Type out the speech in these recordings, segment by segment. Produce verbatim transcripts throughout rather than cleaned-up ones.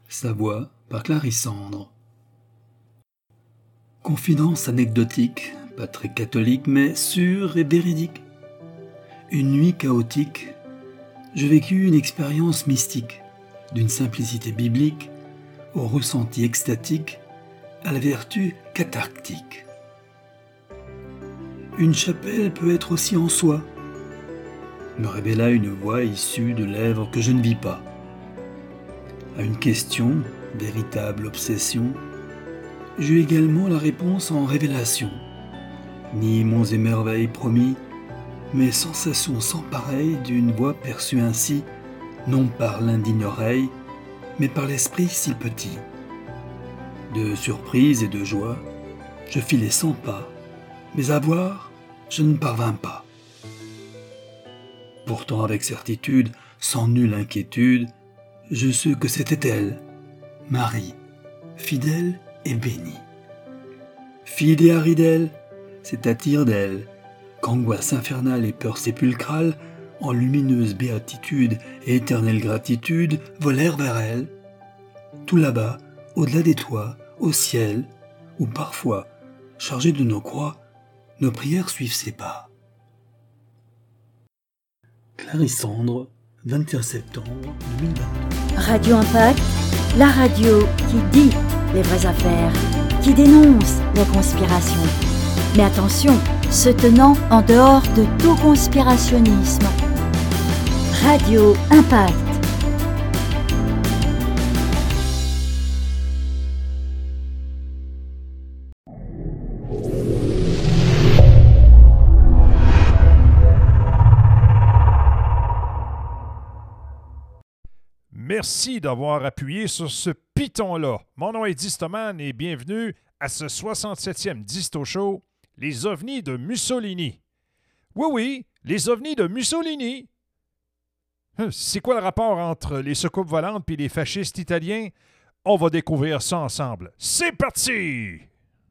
Sa voix par Clarissandre. Confidence anecdotique, pas très catholique, mais sûre et véridique. Une nuit chaotique, je vécus une expérience mystique, d'une simplicité biblique au ressenti extatique, à la vertu cathartique. Une chapelle peut être aussi en soi, me révéla une voix issue de lèvres que je ne vis pas. À une question, véritable obsession, j'eus également la réponse en révélation. Ni monts et merveilles promis, mais sensations sans pareille d'une voix perçue ainsi, non par l'indigne oreille, mais par l'esprit si petit. De surprise et de joie, je fis les cent pas, mais à voir, je ne parvins pas. Pourtant avec certitude, sans nulle inquiétude, je sus que c'était elle, Marie, fidèle et bénie. Fille des Haridelles, c'est-à-dire d'elle, qu'angoisse infernale et peur sépulcrale, en lumineuse béatitude et éternelle gratitude, volèrent vers elle. Tout là-bas, au-delà des toits, au ciel, où parfois, chargés de nos croix, nos prières suivent ses pas. Clarissandre, vingt et un septembre deux mille vingt-deux. Radio Impact, la radio qui dit les vraies affaires, qui dénonce les conspirations. Mais attention, se tenant en dehors de tout conspirationnisme. Radio Impact. Merci d'avoir appuyé sur ce piton-là. Mon nom est Distoman et bienvenue à ce soixante-septième Disto Show, les ovnis de Mussolini. Oui, oui, les ovnis de Mussolini. C'est quoi le rapport entre les soucoupes volantes et les fascistes italiens? On va découvrir ça ensemble. C'est parti!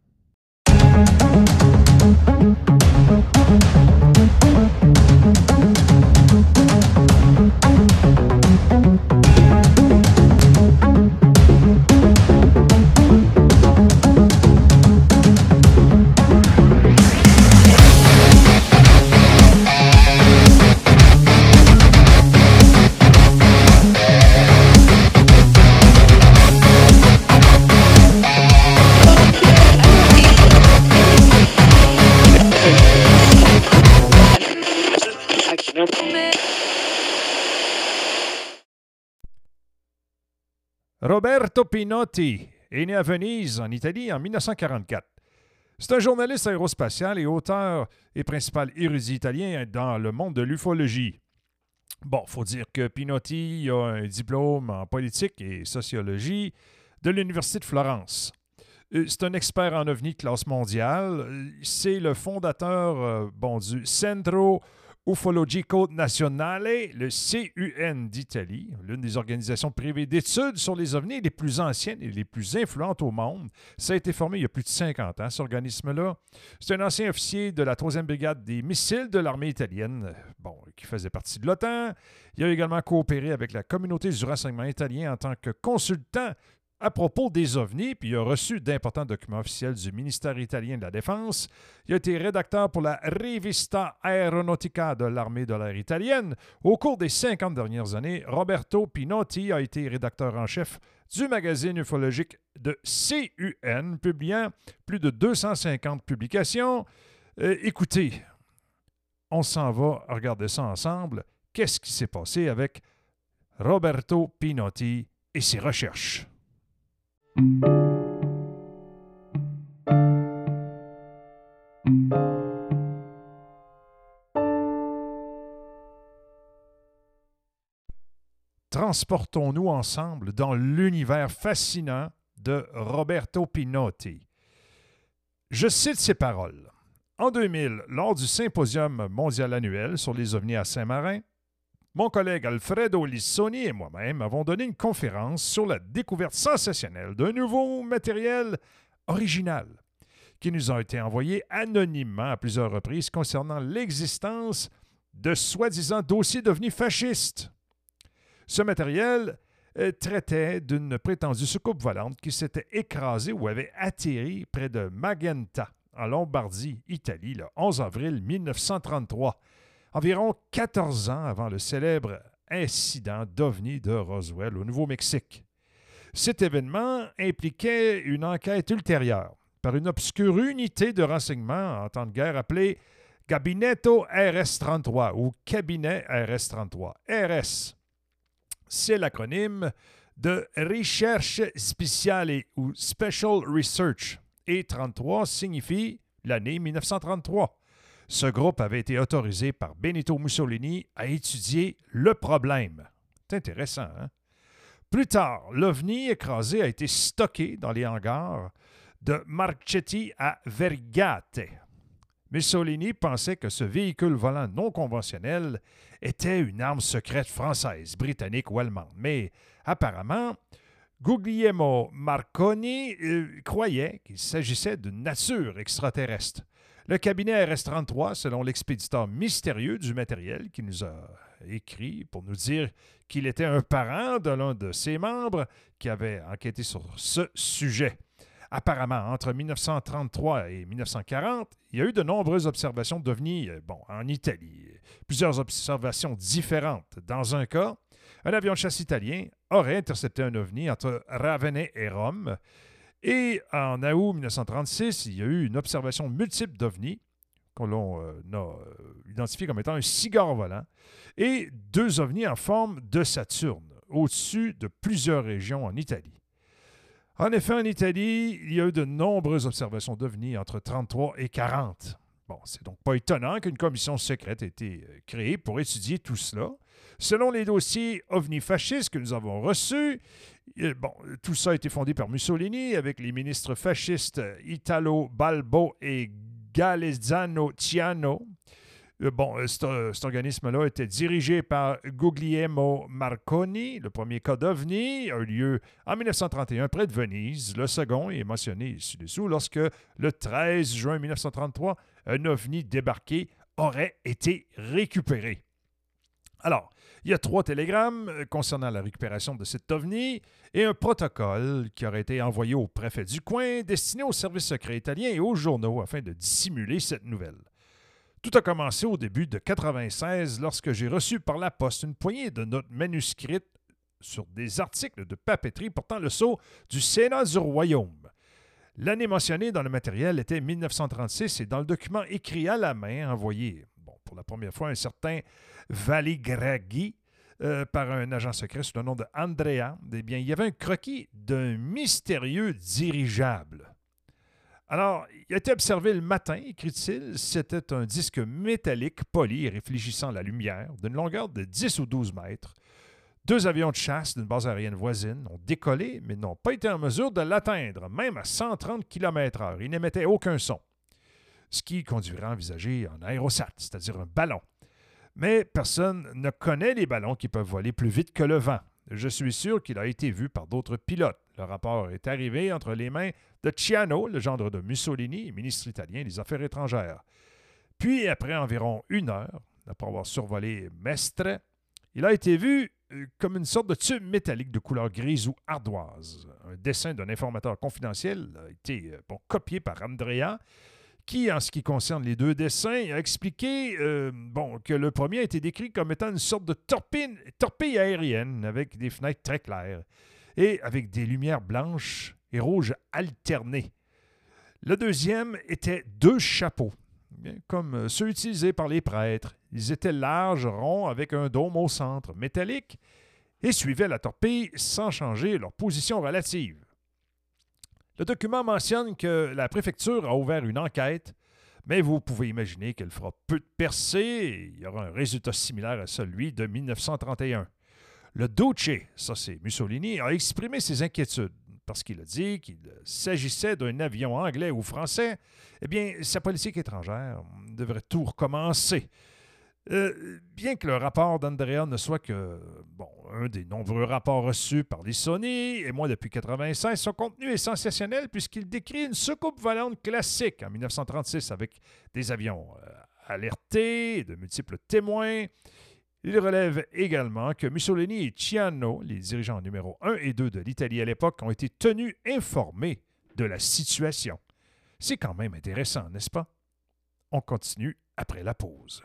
Roberto Pinotti est né à Venise, en Italie, en dix-neuf cent quarante-quatre. C'est un journaliste aérospatial et auteur et principal érudit italien dans le monde de l'ufologie. Bon, il faut dire que Pinotti a un diplôme en politique et sociologie de l'Université de Florence. C'est un expert en ovnis de classe mondiale. C'est le fondateur euh, bon, du Centro Ufologico Nazionale, le C U N d'Italie, l'une des organisations privées d'études sur les ovnis les plus anciennes et les plus influentes au monde. Ça a été formé il y a plus de cinquante ans, cet organisme-là. C'est un ancien officier de la troisième brigade des missiles de l'armée italienne, bon, qui faisait partie de l'OTAN. Il a également coopéré avec la communauté du renseignement italien en tant que consultant à propos des ovnis, puis il a reçu d'importants documents officiels du ministère italien de la Défense. Il a été rédacteur pour la Rivista Aeronautica de l'armée de l'air italienne. Au cours des cinquante dernières années, Roberto Pinotti a été rédacteur en chef du magazine ufologique de C U N, publiant plus de deux cent cinquante publications. Euh, écoutez, on s'en va regarder ça ensemble. Qu'est-ce qui s'est passé avec Roberto Pinotti et ses recherches? Transportons-nous ensemble dans l'univers fascinant de Roberto Pinotti. Je cite ses paroles. En deux mille, lors du Symposium mondial annuel sur les ovnis à Saint-Marin, mon collègue Alfredo Lissoni et moi-même avons donné une conférence sur la découverte sensationnelle d'un nouveau matériel original qui nous a été envoyé anonymement à plusieurs reprises concernant l'existence de soi-disant dossiers d'ovnis fascistes. Ce matériel euh, traitait d'une prétendue soucoupe volante qui s'était écrasée ou avait atterri près de Magenta, en Lombardie, Italie, le onze avril mille neuf cent trente-trois, environ quatorze ans avant le célèbre incident d'OVNI de Roswell au Nouveau-Mexique. Cet événement impliquait une enquête ultérieure par une obscure unité de renseignement en temps de guerre appelée Gabinetto R S trente-trois ou Cabinet R S trente-trois. R S, c'est l'acronyme de Recherche Speciale ou Special Research et trente-trois signifie l'année mille neuf cent trente-trois. Ce groupe avait été autorisé par Benito Mussolini à étudier le problème. C'est intéressant, hein? Plus tard, l'OVNI écrasé a été stocké dans les hangars de Marchetti à Vergate. Mussolini pensait que ce véhicule volant non conventionnel était une arme secrète française, britannique ou allemande. Mais apparemment, Guglielmo Marconi euh, croyait qu'il s'agissait d'une nature extraterrestre. Le cabinet R S trente-trois, selon l'expéditeur mystérieux du matériel qui nous a écrit pour nous dire qu'il était un parent de l'un de ses membres qui avait enquêté sur ce sujet. Apparemment, entre mille neuf cent trente-trois et mille neuf cent quarante, il y a eu de nombreuses observations d'OVNI bon, en Italie. Plusieurs observations différentes. Dans un cas, un avion de chasse italien aurait intercepté un OVNI entre Ravenna et Rome. Et en août mille neuf cent trente-six, il y a eu une observation multiple d'OVNI qu'on euh, a euh, identifié comme étant un cigare volant et deux OVNI en forme de Saturne au-dessus de plusieurs régions en Italie. En effet, en Italie, il y a eu de nombreuses observations d'OVNI entre trente-trois et quarante. Bon, c'est donc pas étonnant qu'une commission secrète ait été créée pour étudier tout cela. Selon les dossiers OVNI fascistes que nous avons reçus, bon, tout ça a été fondé par Mussolini avec les ministres fascistes Italo Balbo et Galeazzo Ciano. Bon, cet, cet organisme-là était dirigé par Guglielmo Marconi. Le premier cas d'OVNI a eu lieu en mille neuf cent trente et un près de Venise. Le second est mentionné ci-dessous lorsque, le treize juin mille neuf cent trente-trois, un OVNI débarqué aurait été récupéré. Alors, il y a trois télégrammes concernant la récupération de cet OVNI et un protocole qui aurait été envoyé au préfet du coin, destiné aux services secrets italiens et aux journaux afin de dissimuler cette nouvelle. Tout a commencé au début de mille neuf cent quatre-vingt-seize lorsque j'ai reçu par la poste une poignée de notes manuscrites sur des articles de papeterie portant le sceau du Sénat du Royaume. L'année mentionnée dans le matériel était mille neuf cent trente-six et dans le document écrit à la main envoyé bon, pour la première fois un certain Valigraghi euh, par un agent secret sous le nom de Andrea, eh bien, il y avait un croquis d'un mystérieux dirigeable. Alors, il a été observé le matin, écrit-il, c'était un disque métallique poli réfléchissant la lumière d'une longueur de dix ou douze mètres. Deux avions de chasse d'une base aérienne voisine ont décollé, mais n'ont pas été en mesure de l'atteindre, même à cent trente kilomètres heure. Ils n'émettaient aucun son, ce qui conduirait à envisager un aérosat, c'est-à-dire un ballon. Mais personne ne connaît les ballons qui peuvent voler plus vite que le vent. Je suis sûr qu'il a été vu par d'autres pilotes. Le rapport est arrivé entre les mains de Ciano, le gendre de Mussolini, ministre italien des Affaires étrangères. Puis, après environ une heure, après avoir survolé Mestre, il a été vu comme une sorte de tube métallique de couleur grise ou ardoise. Un dessin d'un informateur confidentiel a été bon, copié par Andrea, qui, en ce qui concerne les deux dessins, a expliqué euh, bon, que le premier a été décrit comme étant une sorte de torpille, torpille aérienne avec des fenêtres très claires et avec des lumières blanches et rouges alternées. Le deuxième était deux chapeaux, comme ceux utilisés par les prêtres. Ils étaient larges, ronds, avec un dôme au centre, métallique, et suivaient la torpille sans changer leur position relative. Le document mentionne que la préfecture a ouvert une enquête, mais vous pouvez imaginer qu'elle fera peu de percées et il y aura un résultat similaire à celui de mille neuf cent trente et un. Le Duce, ça c'est Mussolini, a exprimé ses inquiétudes parce qu'il a dit qu'il s'agissait d'un avion anglais ou français. Eh bien, sa politique étrangère devrait tout recommencer. Euh, bien que le rapport d'Andrea ne soit que bon, un des nombreux rapports reçus par les Sony, et moi depuis mille neuf cent quatre-vingt-seize, son contenu est sensationnel puisqu'il décrit une soucoupe volante classique en mille neuf cent trente-six avec des avions euh, alertés, de multiples témoins. Il relève également que Mussolini et Ciano, les dirigeants numéro un et deux de l'Italie à l'époque, ont été tenus informés de la situation. C'est quand même intéressant, n'est-ce pas? On continue après la pause.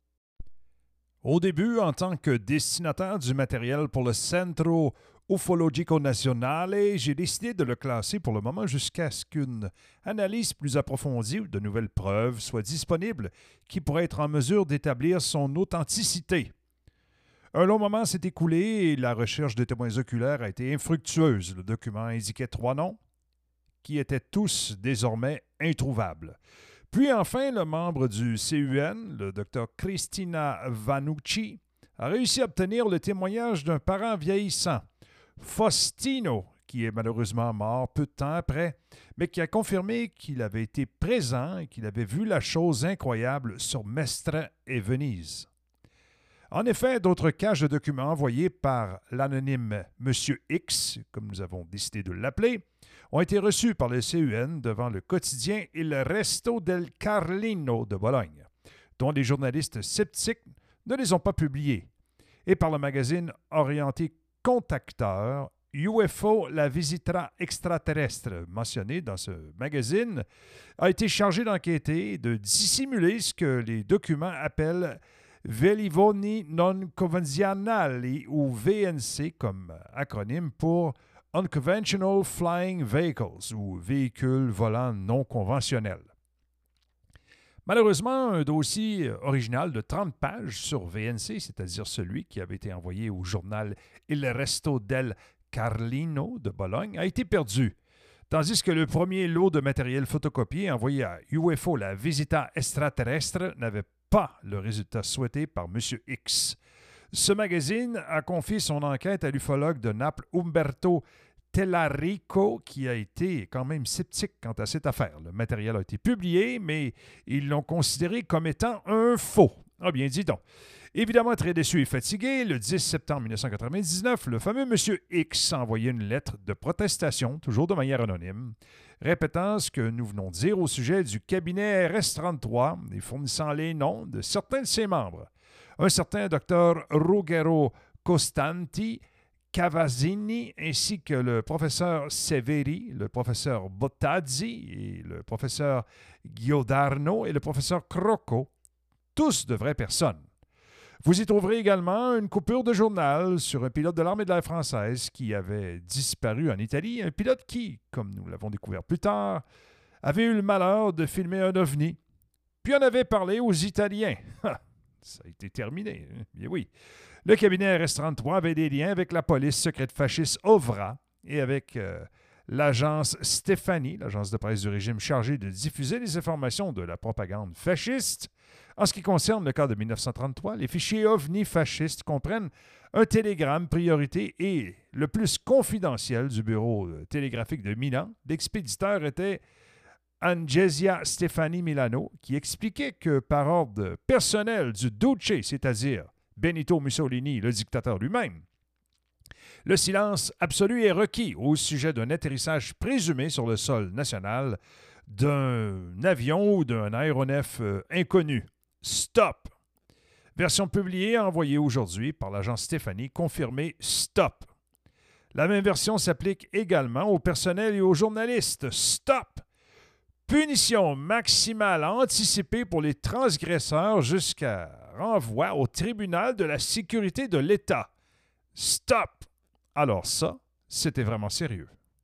Au début, en tant que destinataire du matériel pour le Centro Ufologico Nazionale, j'ai décidé de le classer pour le moment jusqu'à ce qu'une analyse plus approfondie ou de nouvelles preuves soient disponibles qui pourraient être en mesure d'établir son authenticité. Un long moment s'est écoulé et la recherche de témoins oculaires a été infructueuse. Le document indiquait trois noms qui étaient tous désormais introuvables. Puis enfin, le membre du C U N, le docteur Cristina Vanucci, a réussi à obtenir le témoignage d'un parent vieillissant, Faustino, qui est malheureusement mort peu de temps après, mais qui a confirmé qu'il avait été présent et qu'il avait vu la chose incroyable sur Mestre et Venise. En effet, d'autres caches de documents envoyés par l'anonyme M. X, comme nous avons décidé de l'appeler, ont été reçus par le C U N devant le quotidien Il Resto del Carlino de Bologne, dont les journalistes sceptiques ne les ont pas publiés, et par le magazine orienté Contacteur U F O La Visita Extraterrestre, mentionné dans ce magazine, a été chargé d'enquêter et de dissimuler ce que les documents appellent Velivoni non convenzionali ou V N C comme acronyme pour Unconventional Flying Vehicles ou véhicules volants non conventionnels. Malheureusement, un dossier original de trente pages sur V N C, c'est-à-dire celui qui avait été envoyé au journal Il Resto del Carlino de Bologne, a été perdu, tandis que le premier lot de matériel photocopié envoyé à U F O La Visita Extraterrestre n'avait pas le résultat souhaité par M. X. Ce magazine a confié son enquête à l'ufologue de Naples Umberto Tellarico, qui a été quand même sceptique quant à cette affaire. Le matériel a été publié, mais ils l'ont considéré comme étant un faux. Ah bien, dis donc. Évidemment très déçu et fatigué, le dix septembre mille neuf cent quatre-vingt-dix-neuf, le fameux M. X a envoyé une lettre de protestation, toujours de manière anonyme, répétant ce que nous venons de dire au sujet du cabinet R S trente-trois et fournissant les noms de certains de ses membres. Un certain docteur Ruggero Costanti, Cavazzini, ainsi que le professeur Severi, le professeur Bottazzi, et le professeur Giodarno et le professeur Crocco, tous de vraies personnes. Vous y trouverez également une coupure de journal sur un pilote de l'armée de l'air française qui avait disparu en Italie, un pilote qui, comme nous l'avons découvert plus tard, avait eu le malheur de filmer un ovni, puis en avait parlé aux Italiens. Ça a été terminé, hein? Bien oui. Le cabinet R S trente-trois avait des liens avec la police secrète fasciste OVRA et avec euh, l'agence Stéphanie, l'agence de presse du régime chargée de diffuser les informations de la propagande fasciste. En ce qui concerne le cas de mille neuf cent trente-trois, les fichiers OVNI fascistes comprennent un télégramme priorité et le plus confidentiel du bureau télégraphique de Milan. L'expéditeur était Angesia Stefani Milano, qui expliquait que par ordre personnel du Duce, c'est-à-dire Benito Mussolini, le dictateur lui-même, le silence absolu est requis au sujet d'un atterrissage présumé sur le sol national d'un avion ou d'un aéronef euh, inconnu. Stop! Version publiée envoyée aujourd'hui par l'agence Stéphanie, confirmée Stop! La même version s'applique également au personnel et aux journalistes. Stop! Punition maximale anticipée pour les transgresseurs jusqu'à renvoi au tribunal de la sécurité de l'État. Stop! Alors ça, c'était vraiment sérieux.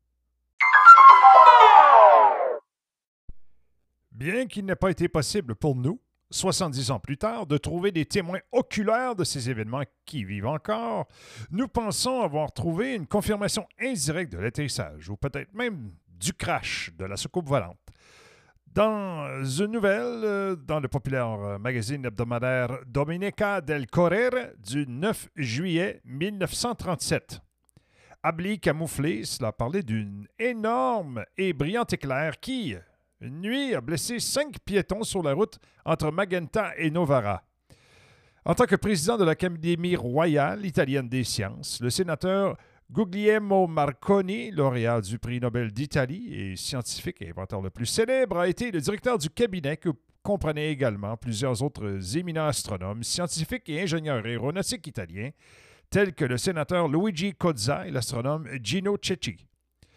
Bien qu'il n'ait pas été possible pour nous, soixante-dix ans plus tard, de trouver des témoins oculaires de ces événements qui vivent encore, nous pensons avoir trouvé une confirmation indirecte de l'atterrissage, ou peut-être même du crash de la soucoupe volante. Dans une nouvelle, dans le populaire magazine hebdomadaire Domenica del Corriere du neuf juillet mille neuf cent trente-sept. Habillé camouflé, cela parlait d'une énorme et brillante éclair qui, une nuit, a blessé cinq piétons sur la route entre Magenta et Novara. En tant que président de l'Académie royale italienne des sciences, le sénateur Guglielmo Marconi, lauréat du prix Nobel d'Italie et scientifique et inventeur le plus célèbre, a été le directeur du cabinet comprenait également plusieurs autres éminents astronomes, scientifiques et ingénieurs aéronautiques italiens, tels que le sénateur Luigi Cozza et l'astronome Gino Cecchi.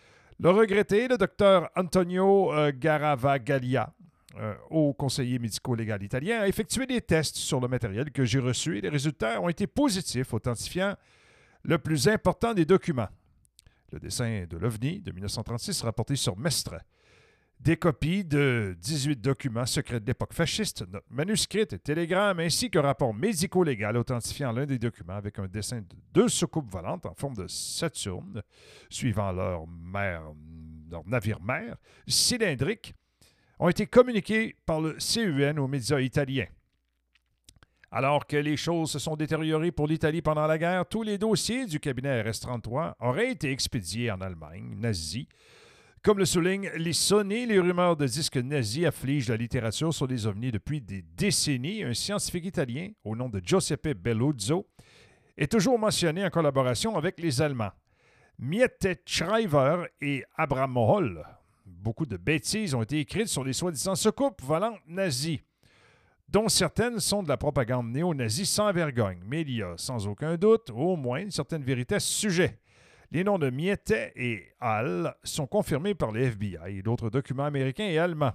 Le regretté, le docteur Antonio euh, Garavaglia, euh, haut conseiller médico-légal italien, a effectué des tests sur le matériel que j'ai reçu et les résultats ont été positifs, authentifiant le plus important des documents. Le dessin de l'OVNI de mille neuf cent trente-six rapporté sur Mestre. Des copies de dix-huit documents secrets de l'époque fasciste, notes manuscrites et télégrammes, ainsi qu'un rapport médico-légal authentifiant l'un des documents avec un dessin de deux soucoupes volantes en forme de Saturne, suivant leur, mer, leur navire-mère, cylindrique, ont été communiqués par le C U N aux médias italiens. Alors que les choses se sont détériorées pour l'Italie pendant la guerre, tous les dossiers du cabinet R S trente-trois auraient été expédiés en Allemagne nazie. Comme le souligne Lissoni, les rumeurs de disques nazis affligent la littérature sur les ovnis depuis des décennies. Un scientifique italien, au nom de Giuseppe Belluzzo, est toujours mentionné en collaboration avec les Allemands. Miette Schreiber et Abraham Moll. Beaucoup de bêtises ont été écrites sur les soi-disant soucoupes volantes nazies, dont certaines sont de la propagande néo-nazie sans vergogne. Mais il y a sans aucun doute au moins une certaine vérité à ce sujet. Les noms de Miette et Hall sont confirmés par le F B I et d'autres documents américains et allemands.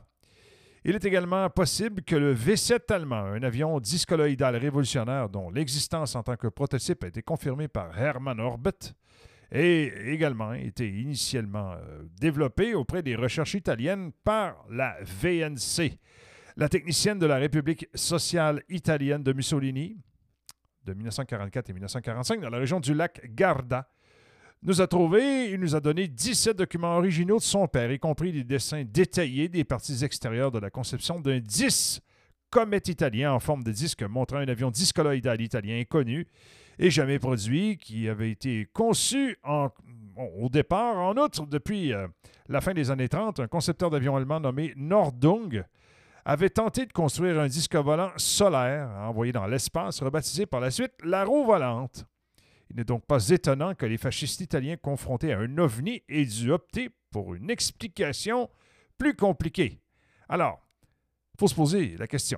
Il est également possible que le V sept allemand, un avion discoloïdal révolutionnaire dont l'existence en tant que prototype a été confirmée par Hermann Orbit, ait également été initialement euh, développé auprès des recherches italiennes par la V N C. La technicienne de la République sociale italienne de Mussolini, de mille neuf cent quarante-quatre et mille neuf cent quarante-cinq, dans la région du lac Garda, nous a trouvé et nous a donné dix-sept documents originaux de son père, y compris des dessins détaillés des parties extérieures de la conception d'un dix comète italien en forme de disque montrant un avion discoloïdal italien inconnu et jamais produit, qui avait été conçu en, bon, au départ. En outre, depuis euh, la fin des années trente, un concepteur d'avion allemand nommé Nordung avait tenté de construire un disque volant solaire envoyé dans l'espace, rebaptisé par la suite la roue volante. Il n'est donc pas étonnant que les fascistes italiens confrontés à un ovni aient dû opter pour une explication plus compliquée. Alors, il faut se poser la question.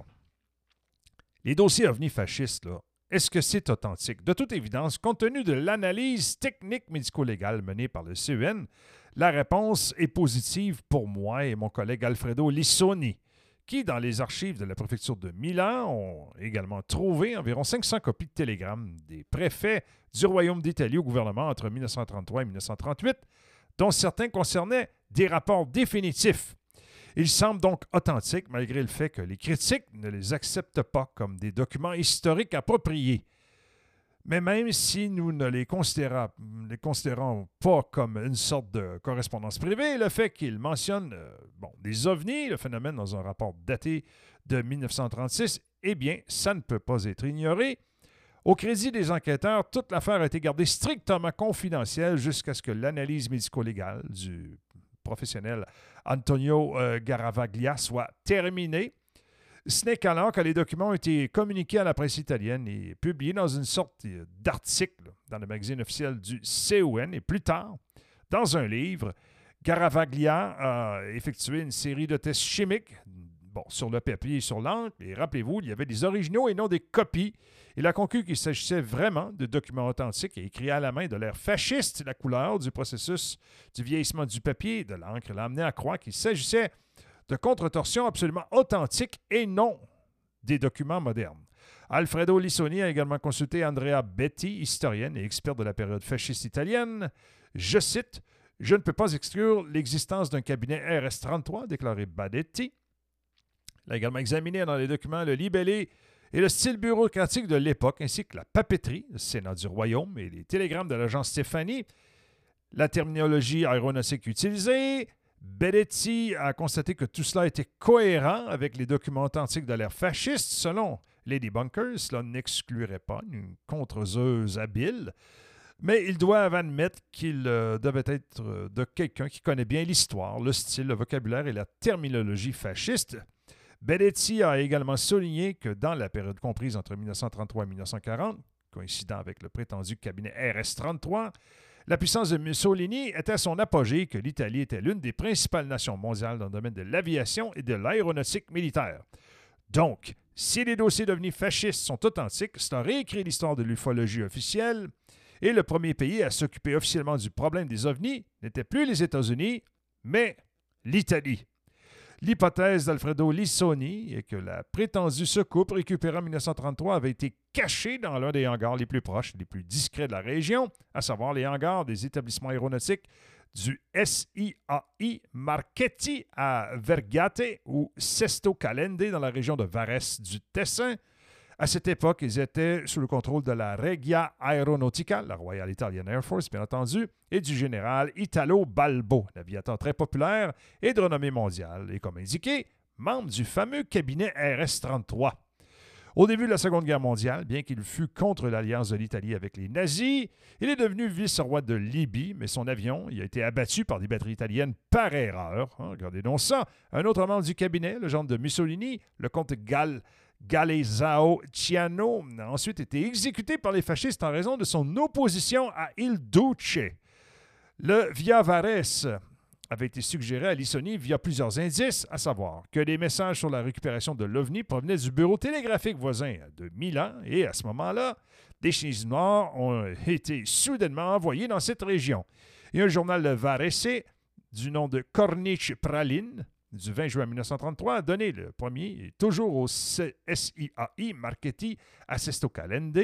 Les dossiers ovni fascistes, là, est-ce que c'est authentique? De toute évidence, compte tenu de l'analyse technique médico-légale menée par le C U N, la réponse est positive pour moi et mon collègue Alfredo Lissoni, qui, dans les archives de la préfecture de Milan, ont également trouvé environ cinq cents copies de télégrammes des préfets du Royaume d'Italie au gouvernement entre mille neuf cent trente-trois et mille neuf cent trente-huit, dont certains concernaient des rapports définitifs. Ils semblent donc authentiques malgré le fait que les critiques ne les acceptent pas comme des documents historiques appropriés. Mais même si nous ne les considérons, les considérons pas comme une sorte de correspondance privée, le fait qu'ils mentionnent euh, bon, des ovnis, le phénomène dans un rapport daté de mille neuf cent trente-six, eh bien, ça ne peut pas être ignoré. Au crédit des enquêteurs, toute l'affaire a été gardée strictement confidentielle jusqu'à ce que l'analyse médico-légale du professionnel Antonio euh, Garavaglia soit terminée. Ce n'est qu'alors que les documents ont été communiqués à la presse italienne et publiés dans une sorte d'article dans le magazine officiel du C U N. Et plus tard, dans un livre, Garavaglia a effectué une série de tests chimiques bon, sur le papier et sur l'encre. Et rappelez-vous, il y avait des originaux et non des copies. Il a conclu qu'il s'agissait vraiment de documents authentiques et écrits à la main de l'ère fasciste. La couleur du processus du vieillissement du papier et de l'encre l'a amené à croire qu'il s'agissait de contre-torsions absolument authentiques et non des documents modernes. Alfredo Lissoni a également consulté Andrea Betti, historienne et experte de la période fasciste italienne. Je cite, « Je ne peux pas exclure l'existence d'un cabinet R S trente-trois, a déclaré Badetti. » Il a également examiné dans les documents le libellé et le style bureaucratique de l'époque, ainsi que la papeterie, le Sénat du Royaume et les télégrammes de l'agence Stéphanie, la terminologie aéronautique utilisée. Benedetti a constaté que tout cela était cohérent avec les documents authentiques de l'ère fasciste. Selon les debunkers, cela n'exclurait pas une contreseuse habile, mais ils doivent admettre qu'il euh, devait être euh, de quelqu'un qui connaît bien l'histoire, le style, le vocabulaire et la terminologie fasciste. Benedetti a également souligné que dans la période comprise entre mille neuf cent trente-trois et mille neuf cent quarante, coïncidant avec le prétendu cabinet R S trente-trois, la puissance de Mussolini était à son apogée et que l'Italie était l'une des principales nations mondiales dans le domaine de l'aviation et de l'aéronautique militaire. Donc, si les dossiers d'ovnis fascistes sont authentiques, c'est à réécrire l'histoire de l'ufologie officielle, et le premier pays à s'occuper officiellement du problème des ovnis n'était plus les États-Unis, mais l'Italie. L'hypothèse d'Alfredo Lissoni est que la prétendue secoupe récupérée en mille neuf cent trente-trois avait été cachée dans l'un des hangars les plus proches, les plus discrets de la région, à savoir les hangars des établissements aéronautiques du S I A I Marchetti à Vergate ou Sesto Calende dans la région de Varese du Tessin. À cette époque, ils étaient sous le contrôle de la Regia Aeronautica, la Royal Italian Air Force, bien entendu, et du général Italo Balbo, l'aviateur très populaire et de renommée mondiale, et comme indiqué, membre du fameux cabinet R S trente-trois. Au début de la Seconde Guerre mondiale, bien qu'il fût contre l'alliance de l'Italie avec les nazis, il est devenu vice-roi de Libye, mais son avion il a été abattu par des batteries italiennes par erreur. Hein, regardez donc ça. Un autre membre du cabinet, le gendre de Mussolini, le comte Gal Galeazzo Ciano, a ensuite été exécuté par les fascistes en raison de son opposition à Il Duce. Le Via Varese avait été suggéré à Lissoni via plusieurs indices, à savoir que les messages sur la récupération de l'OVNI provenaient du bureau télégraphique voisin de Milan, et à ce moment-là, des chemises noires ont été soudainement envoyés dans cette région. Et un journal de Varese, du nom de Corniche Pralin, du vingt juin mille neuf cent trente-trois, a donné le premier, toujours au S I A I Marchetti à Sesto Calende.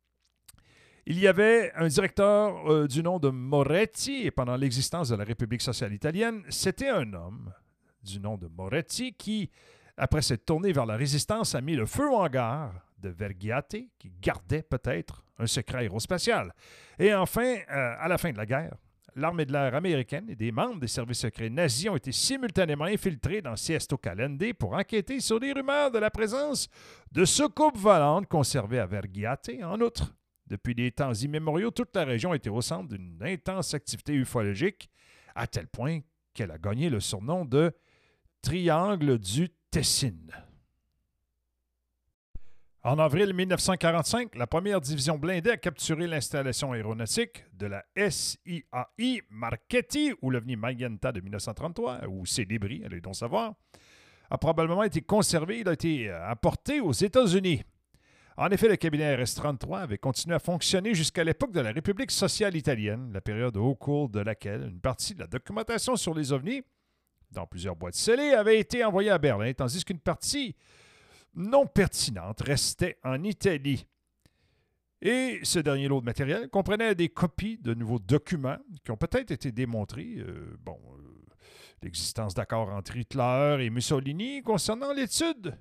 Il y avait un directeur euh, du nom de Moretti, et pendant l'existence de la République sociale italienne, c'était un homme du nom de Moretti qui, après s'être tourné vers la résistance, a mis le feu au hangar de Vergate, qui gardait peut-être un secret aérospatial. Et enfin, euh, à la fin de la guerre, l'armée de l'air américaine et des membres des services secrets nazis ont été simultanément infiltrés dans Sesto Calende pour enquêter sur des rumeurs de la présence de soucoupes volantes conservées à Vergate. En outre, depuis des temps immémoriaux, toute la région était au centre d'une intense activité ufologique, à tel point qu'elle a gagné le surnom de Triangle du Tessin. En avril mille neuf cent quarante-cinq, la première division blindée a capturé l'installation aéronautique de la S I A I Marchetti, ou l'OVNI Magenta de mille neuf cent trente-trois, ou ses débris, allez donc savoir, a probablement été conservé. Il a été apporté aux États-Unis. En effet, le cabinet R S trente-trois avait continué à fonctionner jusqu'à l'époque de la République sociale italienne, la période au cours de laquelle une partie de la documentation sur les ovnis, dans plusieurs boîtes scellées, avait été envoyée à Berlin, tandis qu'une partie non pertinente restait en Italie. Et ce dernier lot de matériel comprenait des copies de nouveaux documents qui ont peut-être été démontrés, euh, bon, euh, l'existence d'accords entre Hitler et Mussolini concernant l'étude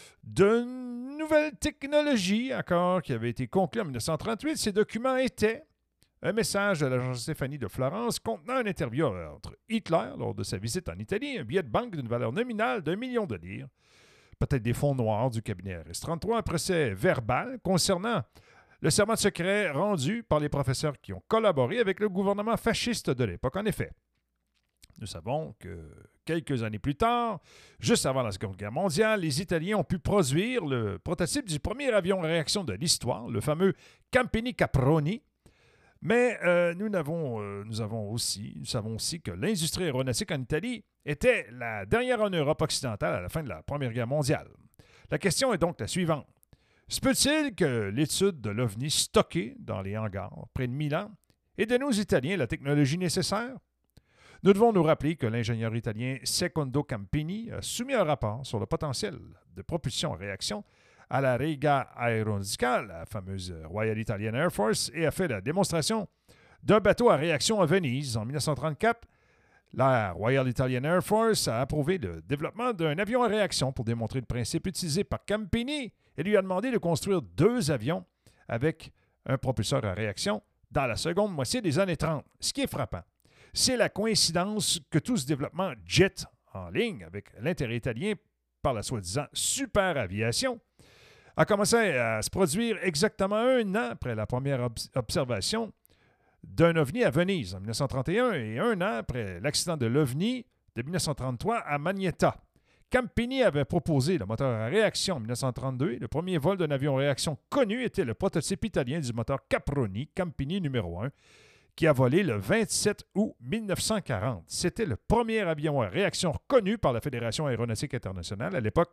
de nouvelles technologies, accord qui avait été conclu en mille neuf cent trente-huit. Ces documents étaient un message de l'agent Stéphanie de Florence contenant une interview entre Hitler lors de sa visite en Italie, un billet de banque d'une valeur nominale d'un million de lire, peut-être des fonds noirs du cabinet R S trente-trois, un procès verbal concernant le serment de secret rendu par les professeurs qui ont collaboré avec le gouvernement fasciste de l'époque. En effet, nous savons que quelques années plus tard, juste avant la Seconde Guerre mondiale, les Italiens ont pu produire le prototype du premier avion à réaction de l'histoire, le fameux Campini Caproni. Mais euh, nous, n'avons, euh, nous, avons aussi, nous savons aussi que l'industrie aéronautique en Italie était la dernière en Europe occidentale à la fin de la Première Guerre mondiale. La question est donc la suivante. Se peut-il que l'étude de l'OVNI stocké dans les hangars près de Milan ait donné aux Italiens la technologie nécessaire? Nous devons nous rappeler que l'ingénieur italien Secondo Campini a soumis un rapport sur le potentiel de propulsion en réaction à la Regia Aeronautica, la fameuse Royal Italian Air Force, et a fait la démonstration d'un bateau à réaction à Venise. En mille neuf cent trente-quatre, la Royal Italian Air Force a approuvé le développement d'un avion à réaction pour démontrer le principe utilisé par Campini et lui a demandé de construire deux avions avec un propulseur à réaction dans la seconde moitié des années trente. Ce qui est frappant, c'est la coïncidence que tout ce développement jet en ligne avec l'intérêt italien par la soi-disant super aviation a commencé à se produire exactement un an après la première ob- observation d'un OVNI à Venise en mille neuf cent trente et un et un an après l'accident de l'OVNI de mille neuf cent trente-trois à Magneta. Campini avait proposé le moteur à réaction en mille neuf cent trente-deux et le premier vol d'un avion à réaction connu était le prototype italien du moteur Caproni, Campini numéro un, qui a volé le vingt-sept août mille neuf cent quarante. C'était le premier avion à réaction reconnu par la Fédération aéronautique internationale. À l'époque,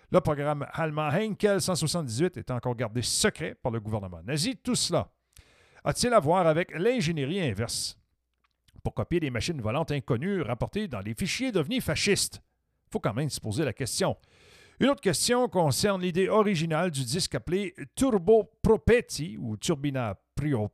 Le programme allemand Heinkel cent soixante-dix-huit est encore gardé secret par le gouvernement nazi. Tout cela a-t-il à voir avec l'ingénierie inverse pour copier des machines volantes inconnues rapportées dans les fichiers d'ovnis fascistes? Il faut quand même se poser la question. Une autre question concerne l'idée originale du disque appelé Turbo Propetti ou Turbina Prio,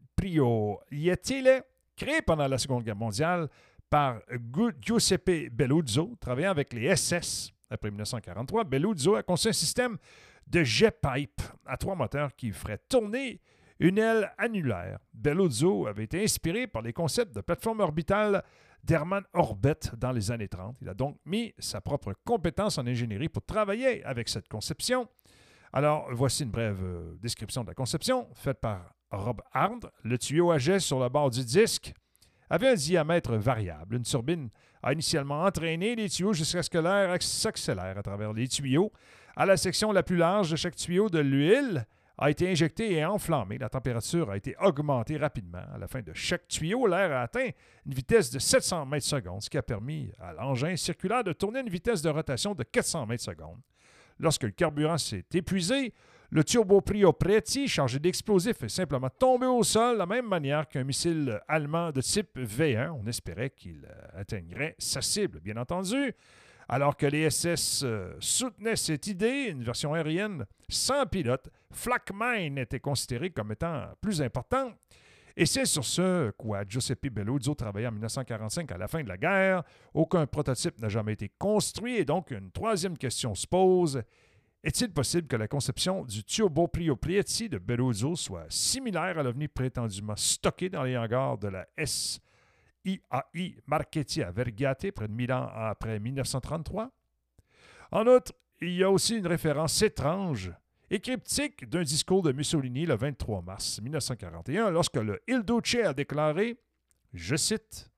Proiettile, créé pendant la Seconde Guerre mondiale par Giuseppe Belluzzo, travaillant avec les S S. Après mille neuf cent quarante-trois, Belluzzo a conçu un système de jet pipe à trois moteurs qui ferait tourner une aile annulaire. Belluzzo avait été inspiré par les concepts de plateforme orbitale d'Hermann Orbit dans les années trente. Il a donc mis sa propre compétence en ingénierie pour travailler avec cette conception. Alors, voici une brève euh, description de la conception faite par Rob Hard. Le tuyau à jet sur le bord du disque avait un diamètre variable. Une turbine a initialement entraîné les tuyaux jusqu'à ce que l'air s'accélère à travers les tuyaux. À la section la plus large de chaque tuyau, de l'huile a été injectée et enflammée. La température a été augmentée rapidement. À la fin de chaque tuyau, l'air a atteint une vitesse de sept cents mètres secondes, ce qui a permis à l'engin circulaire de tourner à une vitesse de rotation de quatre cents mètres secondes. Lorsque le carburant s'est épuisé, le Turbo Proiettile, chargé d'explosifs, est simplement tombé au sol de la même manière qu'un missile allemand de type V un. On espérait qu'il atteindrait sa cible, bien entendu. Alors que les S S euh, soutenaient cette idée, une version aérienne sans pilote, Flak Mine était considérée comme étant plus importante. Et c'est sur ce quoi Giuseppe Belluzzo travaillait en mille neuf cent quarante-cinq à la fin de la guerre. Aucun prototype n'a jamais été construit et donc une troisième question se pose. Est-il possible que la conception du Turbo Proiettile de Belluzzo soit similaire à l'ovni prétendument stocké dans les hangars de la S I A I Marchetti à Vergate, près de Milan, après mille neuf cent trente-trois? En outre, il y a aussi une référence étrange et cryptique d'un discours de Mussolini le vingt-trois mars mille neuf cent quarante et un, lorsque le Il Duce a déclaré, je cite,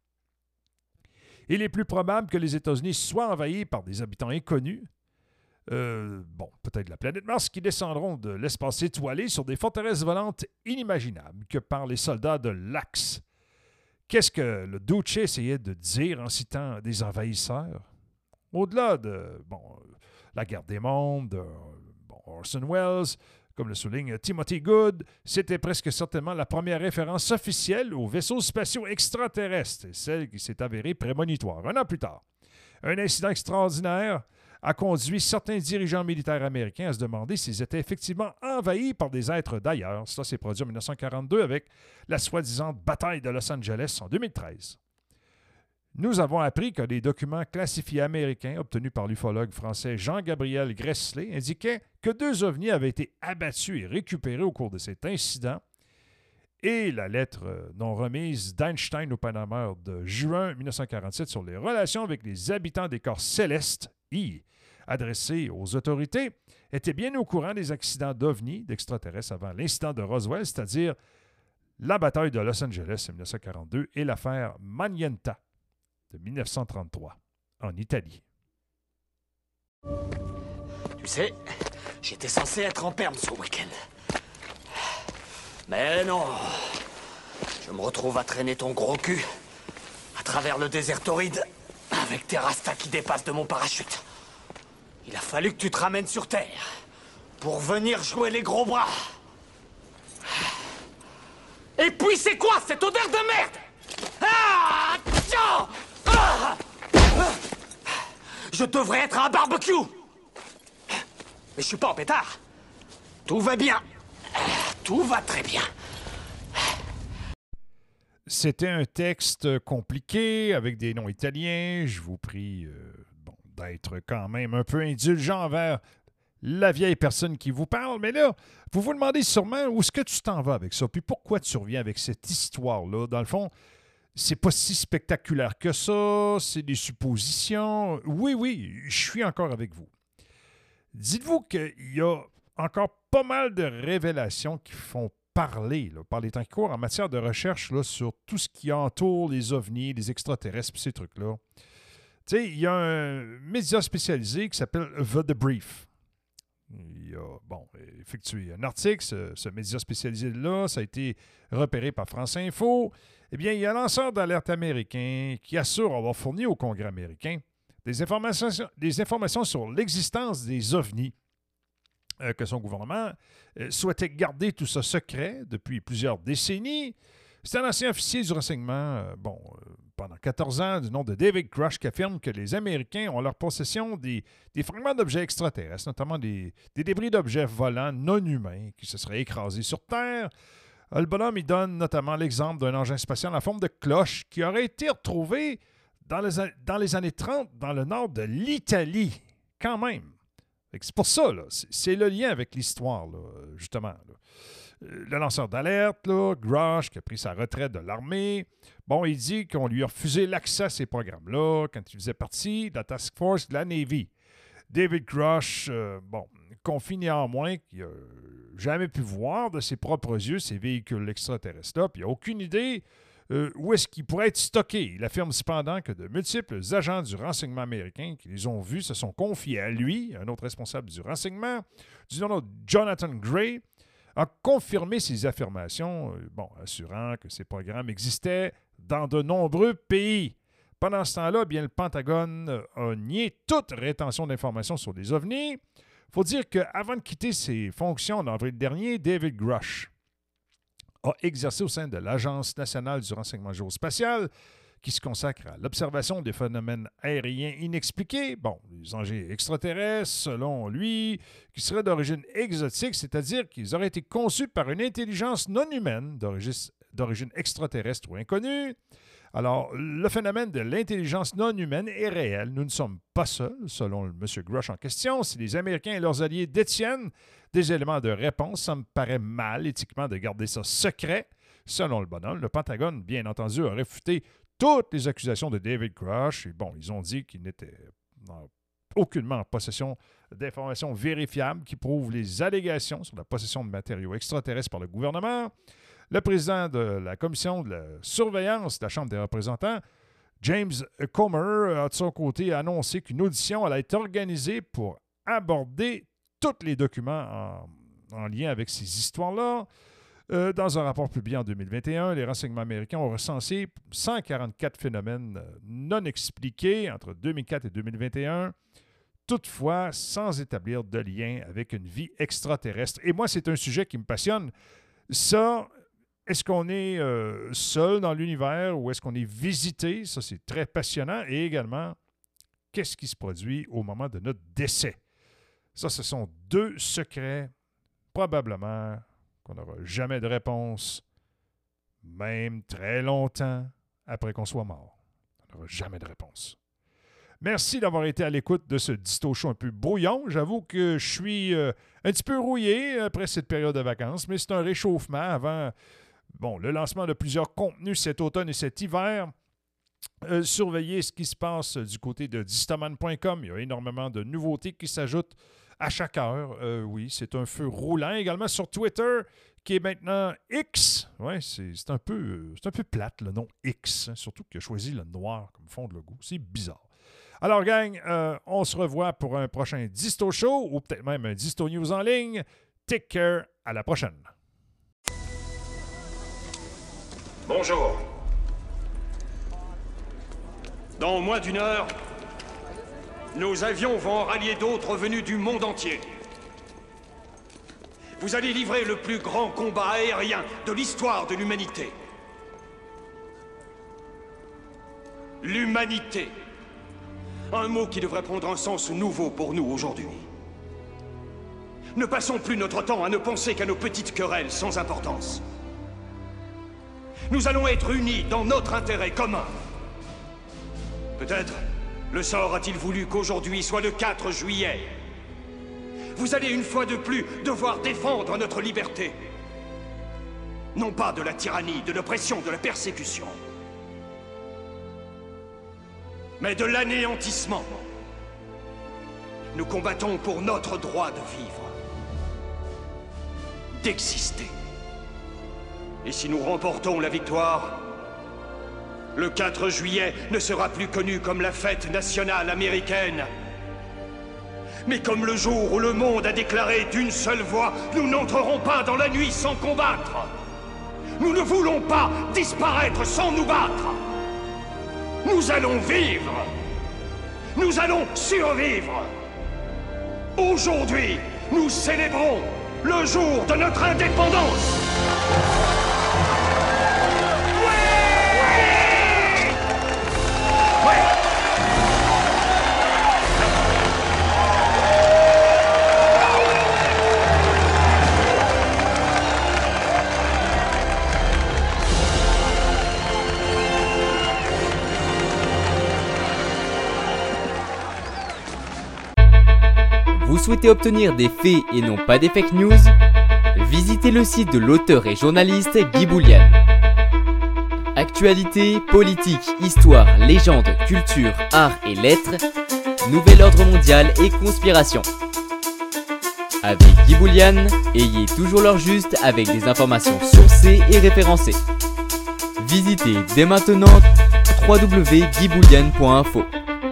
« Il est plus probable que les États-Unis soient envahis par des habitants inconnus, Euh, bon, peut-être la planète Mars, qui descendront de l'espace étoilé sur des forteresses volantes inimaginables que par les soldats de l'Axe. » Qu'est-ce que le Duce essayait de dire en citant des envahisseurs? Au-delà de bon, la guerre des mondes, de, bon, Orson Welles, comme le souligne Timothy Good, c'était presque certainement la première référence officielle aux vaisseaux spatiaux extraterrestres, et celle qui s'est avérée prémonitoire. Un an plus tard, un incident extraordinaire a conduit certains dirigeants militaires américains à se demander s'ils étaient effectivement envahis par des êtres d'ailleurs. Cela s'est produit en mille neuf cent quarante-deux avec la soi-disant bataille de Los Angeles en deux mille treize. Nous avons appris que des documents classifiés américains obtenus par l'ufologue français Jean-Gabriel Gressley indiquaient que deux ovnis avaient été abattus et récupérés au cours de cet incident. Et la lettre non remise d'Einstein au Panama de juin mille neuf cent quarante-sept sur les relations avec les habitants des corps célestes, I, adressée aux autorités, était bien au courant des accidents d'ovnis, d'extraterrestres avant l'incident de Roswell, c'est-à-dire la bataille de Los Angeles en mille neuf cent quarante-deux et l'affaire Manienta de mille neuf cent trente-trois en Italie. Tu sais, j'étais censé être en perme ce week-end. Mais non, je me retrouve à traîner ton gros cul à travers le désert torride avec tes rastas qui dépassent de mon parachute. Il a fallu que tu te ramènes sur Terre pour venir jouer les gros bras. Et puis c'est quoi cette odeur de merde? Ah, ah, ah, je devrais être à un barbecue. Mais je suis pas en pétard. Tout va bien. Tout va très bien. C'était un texte compliqué avec des noms italiens. Je vous prie euh, bon, d'être quand même un peu indulgent envers la vieille personne qui vous parle. Mais là, vous vous demandez sûrement où est-ce que tu t'en vas avec ça, puis pourquoi tu reviens avec cette histoire-là. Dans le fond, c'est pas si spectaculaire que ça, c'est des suppositions. Oui, oui, je suis encore avec vous. Dites-vous qu'il y a encore pas mal de révélations qui font parler là, par les temps qui courent en matière de recherche là, sur tout ce qui entoure les ovnis, les extraterrestres et ces trucs-là. Tu sais, il y a un média spécialisé qui s'appelle The Debrief. Il a, bon, effectué un article, ce, ce média spécialisé-là, ça a été repéré par France Info. Eh bien, il y a un lanceur d'alerte américain qui assure avoir fourni au Congrès américain des informations, des informations sur l'existence des ovnis, euh, que son gouvernement euh, souhaitait garder tout ça secret depuis plusieurs décennies. C'est un ancien officier du renseignement, euh, bon, euh, pendant quatorze ans, du nom de David Grush, qui affirme que les Américains ont leur possession des, des fragments d'objets extraterrestres, notamment des, des débris d'objets volants non humains qui se seraient écrasés sur Terre. Le bonhomme, il donne notamment l'exemple d'un engin spatial en forme de cloche qui aurait été retrouvé dans les, dans les années trente dans le nord de l'Italie, quand même. C'est pour ça, là, c'est, c'est le lien avec l'histoire, là, justement. Là. Le lanceur d'alerte, là, Grush, qui a pris sa retraite de l'armée, bon, il dit qu'on lui a refusé l'accès à ces programmes-là quand il faisait partie de la task force de la Navy. David Grush, euh, bon, confie néanmoins qu'il n'a jamais pu voir de ses propres yeux ces véhicules extraterrestres-là, puis il n'a aucune idée euh, où est-ce qu'ils pourraient être stockés. Il affirme cependant que de multiples agents du renseignement américain qui les ont vus se sont confiés à lui, un autre responsable du renseignement, du nom de Jonathan Gray, a confirmé ces affirmations, euh, bon, assurant que ces programmes existaient dans de nombreux pays. Pendant ce temps-là, bien, le Pentagone a nié toute rétention d'informations sur les ovnis. Il faut dire qu'avant de quitter ses fonctions en avril dernier, David Grush a exercé au sein de l'Agence nationale du renseignement géospatial, qui se consacre à l'observation des phénomènes aériens inexpliqués, bon, les engins extraterrestres, selon lui, qui seraient d'origine exotique, c'est-à-dire qu'ils auraient été conçus par une intelligence non humaine d'origine, d'origine extraterrestre ou inconnue. Alors, le phénomène de l'intelligence non humaine est réel. Nous ne sommes pas seuls, selon le M. Grush en question. Si les Américains et leurs alliés détiennent des éléments de réponse, ça me paraît mal éthiquement de garder ça secret. Selon le bonhomme, le Pentagone, bien entendu, a réfuté toutes les accusations de David Grush. Et bon, ils ont dit qu'il n'était aucunement en possession d'informations vérifiables qui prouvent les allégations sur la possession de matériaux extraterrestres par le gouvernement. Le président de la commission de la surveillance de la Chambre des représentants, James Comer, a de son côté annoncé qu'une audition allait être organisée pour aborder tous les documents en, en lien avec ces histoires-là. Euh, dans un rapport publié en deux mille vingt et un, les renseignements américains ont recensé cent quarante-quatre phénomènes non expliqués entre deux mille quatre et deux mille vingt et un, toutefois sans établir de lien avec une vie extraterrestre. Et moi, c'est un sujet qui me passionne. Ça, est-ce qu'on est euh, seul dans l'univers ou est-ce qu'on est visité? Ça, c'est très passionnant. Et également, qu'est-ce qui se produit au moment de notre décès? Ça, ce sont deux secrets, probablement, qu'on n'aura jamais de réponse, même très longtemps après qu'on soit mort. On n'aura jamais de réponse. Merci d'avoir été à l'écoute de ce Disto Show un peu brouillon. J'avoue que je suis euh, un petit peu rouillé après cette période de vacances, mais c'est un réchauffement avant bon, le lancement de plusieurs contenus cet automne et cet hiver. Euh, surveillez ce qui se passe du côté de distoman point com. Il y a énormément de nouveautés qui s'ajoutent à chaque heure. Euh, oui, c'est un feu roulant. Également sur Twitter, qui est maintenant X. Oui, c'est, c'est, un peu, c'est un peu plate, le nom X. Hein, surtout qu'il a choisi le noir comme fond de logo. C'est bizarre. Alors, gang, euh, on se revoit pour un prochain Disto Show ou peut-être même un Disto News en ligne. Take care. À la prochaine. Bonjour. Dans moins d'une heure, nos avions vont en rallier d'autres venus du monde entier. Vous allez livrer le plus grand combat aérien de l'histoire de l'humanité. L'humanité. Un mot qui devrait prendre un sens nouveau pour nous aujourd'hui. Ne passons plus notre temps à ne penser qu'à nos petites querelles sans importance. Nous allons être unis dans notre intérêt commun. Peut-être le sort a-t-il voulu qu'aujourd'hui soit le quatre juillet. Vous allez une fois de plus devoir défendre notre liberté. Non pas de la tyrannie, de l'oppression, de la persécution, mais de l'anéantissement. Nous combattons pour notre droit de vivre, d'exister. Et si nous remportons la victoire, le quatre juillet ne sera plus connu comme la fête nationale américaine, mais comme le jour où le monde a déclaré d'une seule voix « Nous n'entrerons pas dans la nuit sans combattre. Nous ne voulons pas disparaître sans nous battre. Nous allons vivre. nous allons survivre. Aujourd'hui, nous célébrons le jour de notre indépendance. Vous souhaitez obtenir des faits et non pas des fake news? Visitez le site de l'auteur et journaliste Guy Boulian. Actualité, politique, histoire, légende, culture, art et lettres, nouvel ordre mondial et conspiration. Avec Guy Boulian, ayez toujours l'heure juste avec des informations sourcées et référencées. Visitez dès maintenant w w w point guy boulian point info.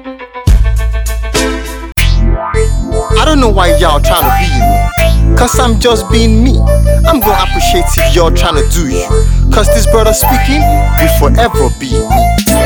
I don't know why y'all tryna be me, cause I'm just being me. I'm gonna appreciate if y'all tryna do you, cause this brother speaking will forever be me.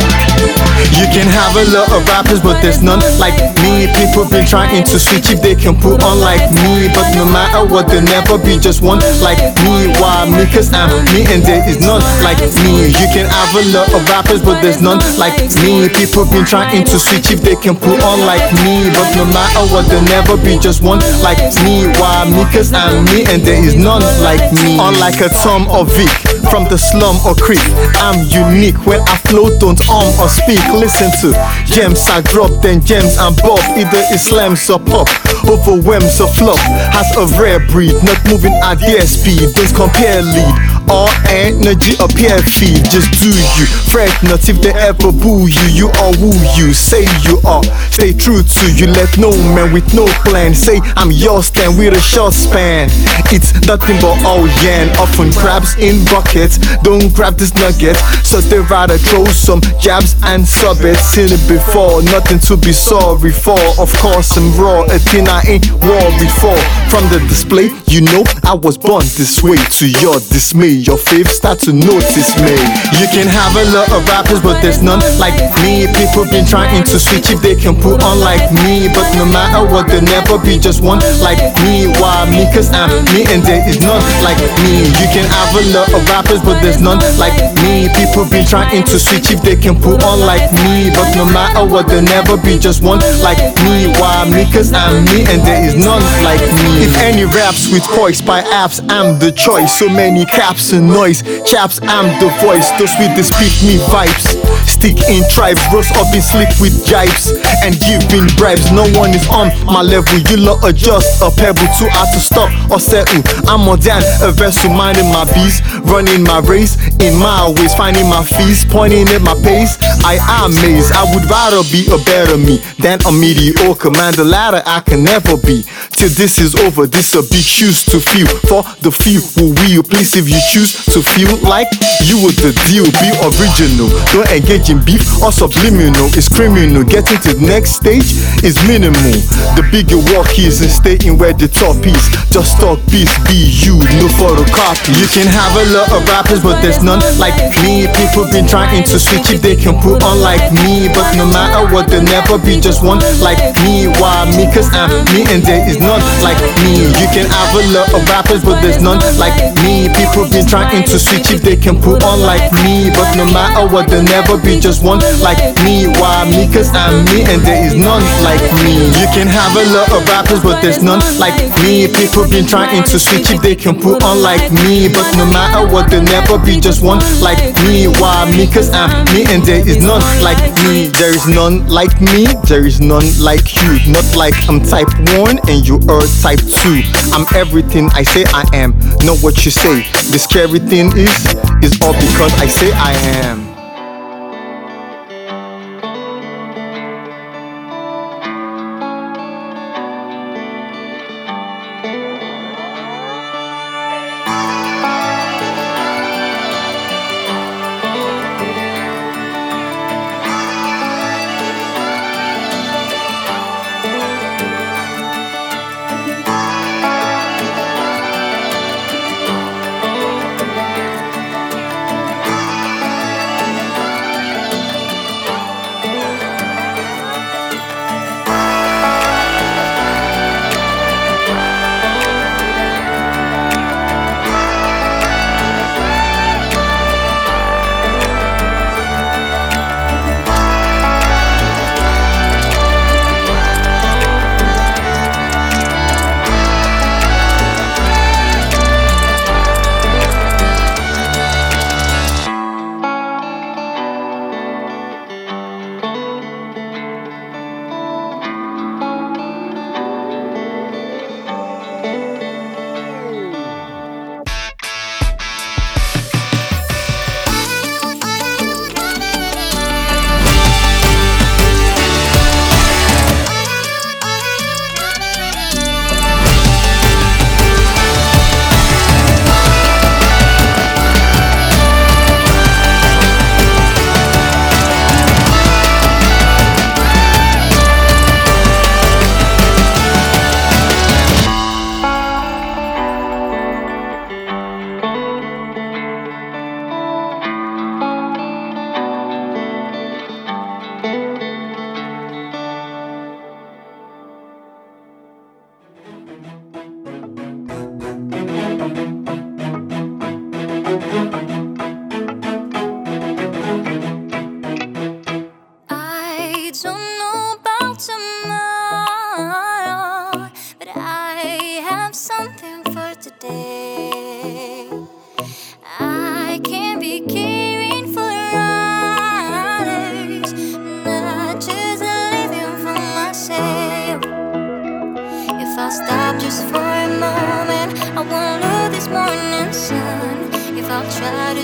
You can have a lot of rappers, but there's none like me. People been trying to switch if they can put on like me, but no matter what, there'll never be just one like me. Why me? Cause I'm me and there is none like me. You can have a lot of rappers, but there's none like me. People been trying to switch if they can put on like me, but no matter what, there'll never be just one like me. Why me? Cause I'm me and there is none like me. Unlike a Tom or Vic from the slum or creek, I'm unique. When I flow, don't um or speak. Listen to gems I drop, then gems and bob. Either it slams or pop, overwhelms or flop. Has a rare breed, not moving at their speed. Don't compare lead or energy or peer feed. Just do you, fret not if they ever boo you. You are who you say you are. Stay true to you, let no man with no plan say I'm yours, stand with a short span. It's nothing but all yan, often crabs in buckets. Don't grab this nugget, so they rather throw some jabs and sub it. Seen it before, nothing to be sorry for. Of course I'm raw, a thing I ain't worried for. From the display, you know I was born this way. To your dismay, your fave start to notice me. You can have a lot of rappers, but there's none like me. People been trying to switch if they can put on like me, but no matter what, there'll never be just one like me. Why me? Cause I'm me and there is none like me. You can have a lot of rappers, but there's none like me. People been trying to switch if they can put on like me, but no matter what, there'll never be just one like me. Why me? Cause I'm me and there is none like me. If any raps with poise by apps, I'm the choice. So many caps and noise, chaps, I'm the voice. Those with the speak me vibes, stick in tribes, roast up in slick with jibes and giving bribes. No one is on my level, you lot are just a pebble, too hard to stop or settle. I'm more than a vessel, minding my bees, running my race in my ways, finding my fees, pointing at my pace. I am amazed, I would rather be a better me than a mediocre man. The latter I can never be. Till this is over, this a big shoes to fill for the few who will. Please, if you choose to feel like you were the deal, be original. Don't engage in beef or subliminal. It's criminal. Getting to the next stage is minimal. The bigger work is in staying where the top is. Just talk peace, be you, no photocopy. You can have a lot of rappers, but there's none like me. People been trying to switch if they can put on like me, but no matter what, there'll never be just one like me. Why me? Cause I'm me and there is none like me. You can have a lot of rappers, but there's none like me. People been trying to switch if they can put on like me, but no matter what, there'll never be just one like me. Why me? Cause I'm me and there is none like me. You can have a lot of rappers, but there's none like me. People been trying to switch if they can put on like me, but no matter what, there'll never be just one like me. Why me? Cause I'm me and there is none like me. There is none like me, there is none like you. Not like I'm type one and you are type two. I'm everything I say I am, not what you say. The scary thing is, is all because I say I am.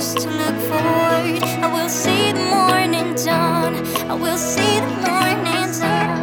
used to look forward. I will see the morning dawn. I will see the morning dawn.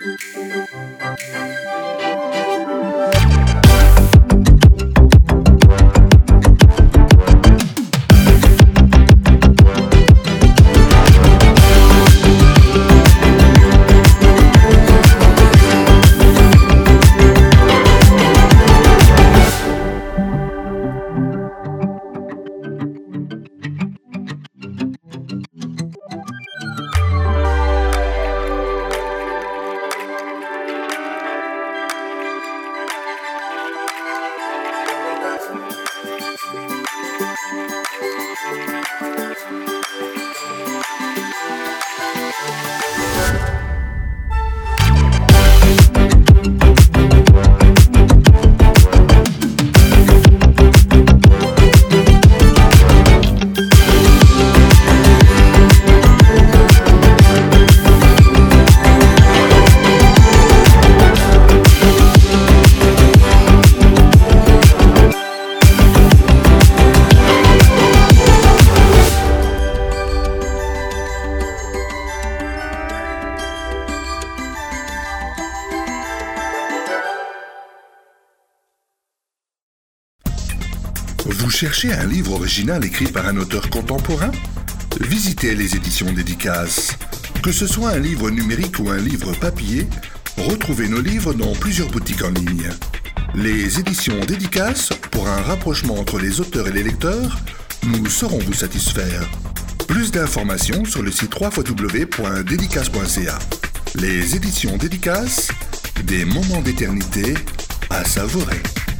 Vous cherchez un livre original écrit par un auteur contemporain? Visitez les éditions Dédicace. Que ce soit un livre numérique ou un livre papier, retrouvez nos livres dans plusieurs boutiques en ligne. Les éditions Dédicace, pour un rapprochement entre les auteurs et les lecteurs, nous saurons vous satisfaire. Plus d'informations sur le site w w w point dédicace point c a. Les éditions Dédicace, des moments d'éternité à savourer.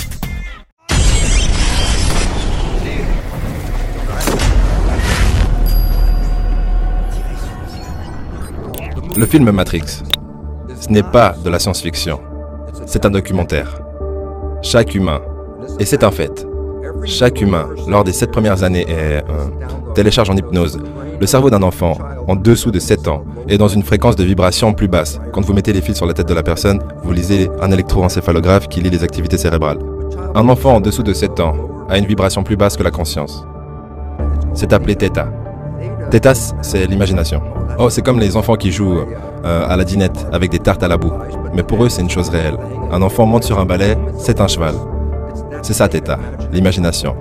Le film Matrix, ce n'est pas de la science-fiction, c'est un documentaire. Chaque humain, et c'est un fait, chaque humain, lors des sept premières années, est, euh, télécharge en hypnose le cerveau d'un enfant en dessous de sept ans et dans une fréquence de vibration plus basse. Quand vous mettez les fils sur la tête de la personne, vous lisez un électroencéphalographe qui lit les activités cérébrales. Un enfant en dessous de sept ans a une vibration plus basse que la conscience. C'est appelé Theta. Theta, c'est l'imagination. Oh, c'est comme les enfants qui jouent euh, à la dinette avec des tartes à la boue. Mais pour eux, c'est une chose réelle. Un enfant monte sur un balai, c'est un cheval. C'est ça, Theta, l'imagination.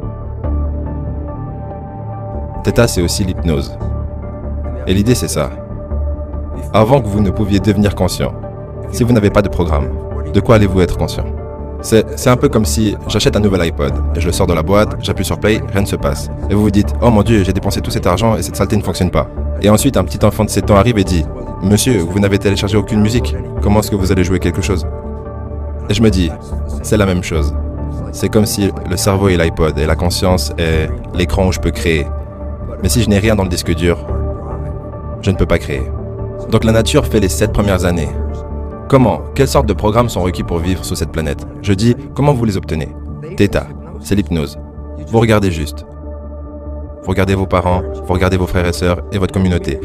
Theta, c'est aussi l'hypnose. Et l'idée, c'est ça. Avant que vous ne pouviez devenir conscient, si vous n'avez pas de programme, de quoi allez-vous être conscient? C'est, c'est un peu comme si j'achète un nouvel iPod et je le sors de la boîte, j'appuie sur play, rien ne se passe. Et vous vous dites, oh mon Dieu, j'ai dépensé tout cet argent et cette saleté ne fonctionne pas. Et ensuite, un petit enfant de sept ans arrive et dit, monsieur, vous n'avez téléchargé aucune musique, comment est-ce que vous allez jouer quelque chose? Et je me dis, c'est la même chose. C'est comme si le cerveau est l'iPod et la conscience est l'écran où je peux créer. Mais si je n'ai rien dans le disque dur, je ne peux pas créer. Donc la nature fait les sept premières années. Comment? Quelles sortes de programmes sont requis pour vivre sur cette planète? Je dis, comment vous les obtenez? Theta, c'est l'hypnose. Vous regardez juste. Vous regardez vos parents, vous regardez vos frères et sœurs et votre communauté.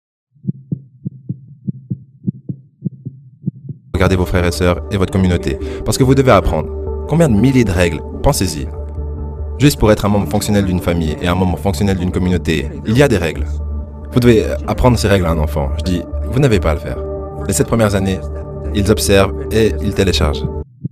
Regardez vos frères et sœurs et votre communauté. Parce que vous devez apprendre. Combien de milliers de règles? Pensez-y. Juste pour être un membre fonctionnel d'une famille et un membre fonctionnel d'une communauté, il y a des règles. Vous devez apprendre ces règles à un enfant. Je dis, vous n'avez pas à le faire. Les sept premières années, ils observent et ils téléchargent.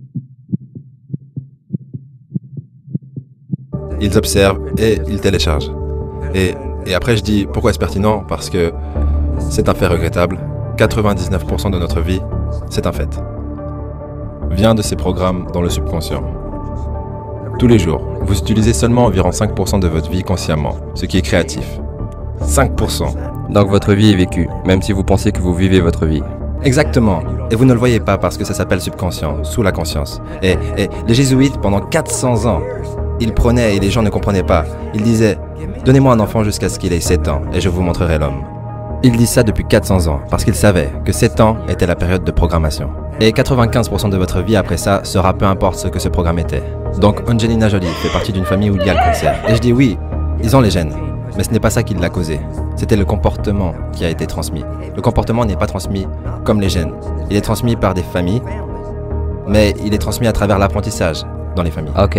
Ils observent et ils téléchargent. Et, et après je dis, pourquoi est-ce pertinent? Parce que c'est un fait regrettable. quatre-vingt-dix-neuf pour cent de notre vie, c'est un fait. Vient de ces programmes dans le subconscient. Tous les jours, vous utilisez seulement environ cinq pour cent de votre vie consciemment, ce qui est créatif. cinq pour cent. Donc votre vie est vécue, même si vous pensez que vous vivez votre vie. Exactement. Et vous ne le voyez pas parce que ça s'appelle subconscient, sous la conscience. Et, et les jésuites, pendant quatre cents ans, ils prenaient et les gens ne comprenaient pas. Ils disaient, donnez-moi un enfant jusqu'à ce qu'il ait sept ans et je vous montrerai l'homme. Ils disent ça depuis quatre cents ans parce qu'ils savaient que sept ans était la période de programmation. Et quatre-vingt-quinze pour cent de votre vie après ça sera peu importe ce que ce programme était. Donc Angelina Jolie fait partie d'une famille où il y a le cancer. Et je dis oui, ils ont les gènes. Mais ce n'est pas ça qui l'a causé. C'était le comportement qui a été transmis. Le comportement n'est pas transmis comme les gènes. Il est transmis par des familles, mais il est transmis à travers l'apprentissage dans les familles. Ok.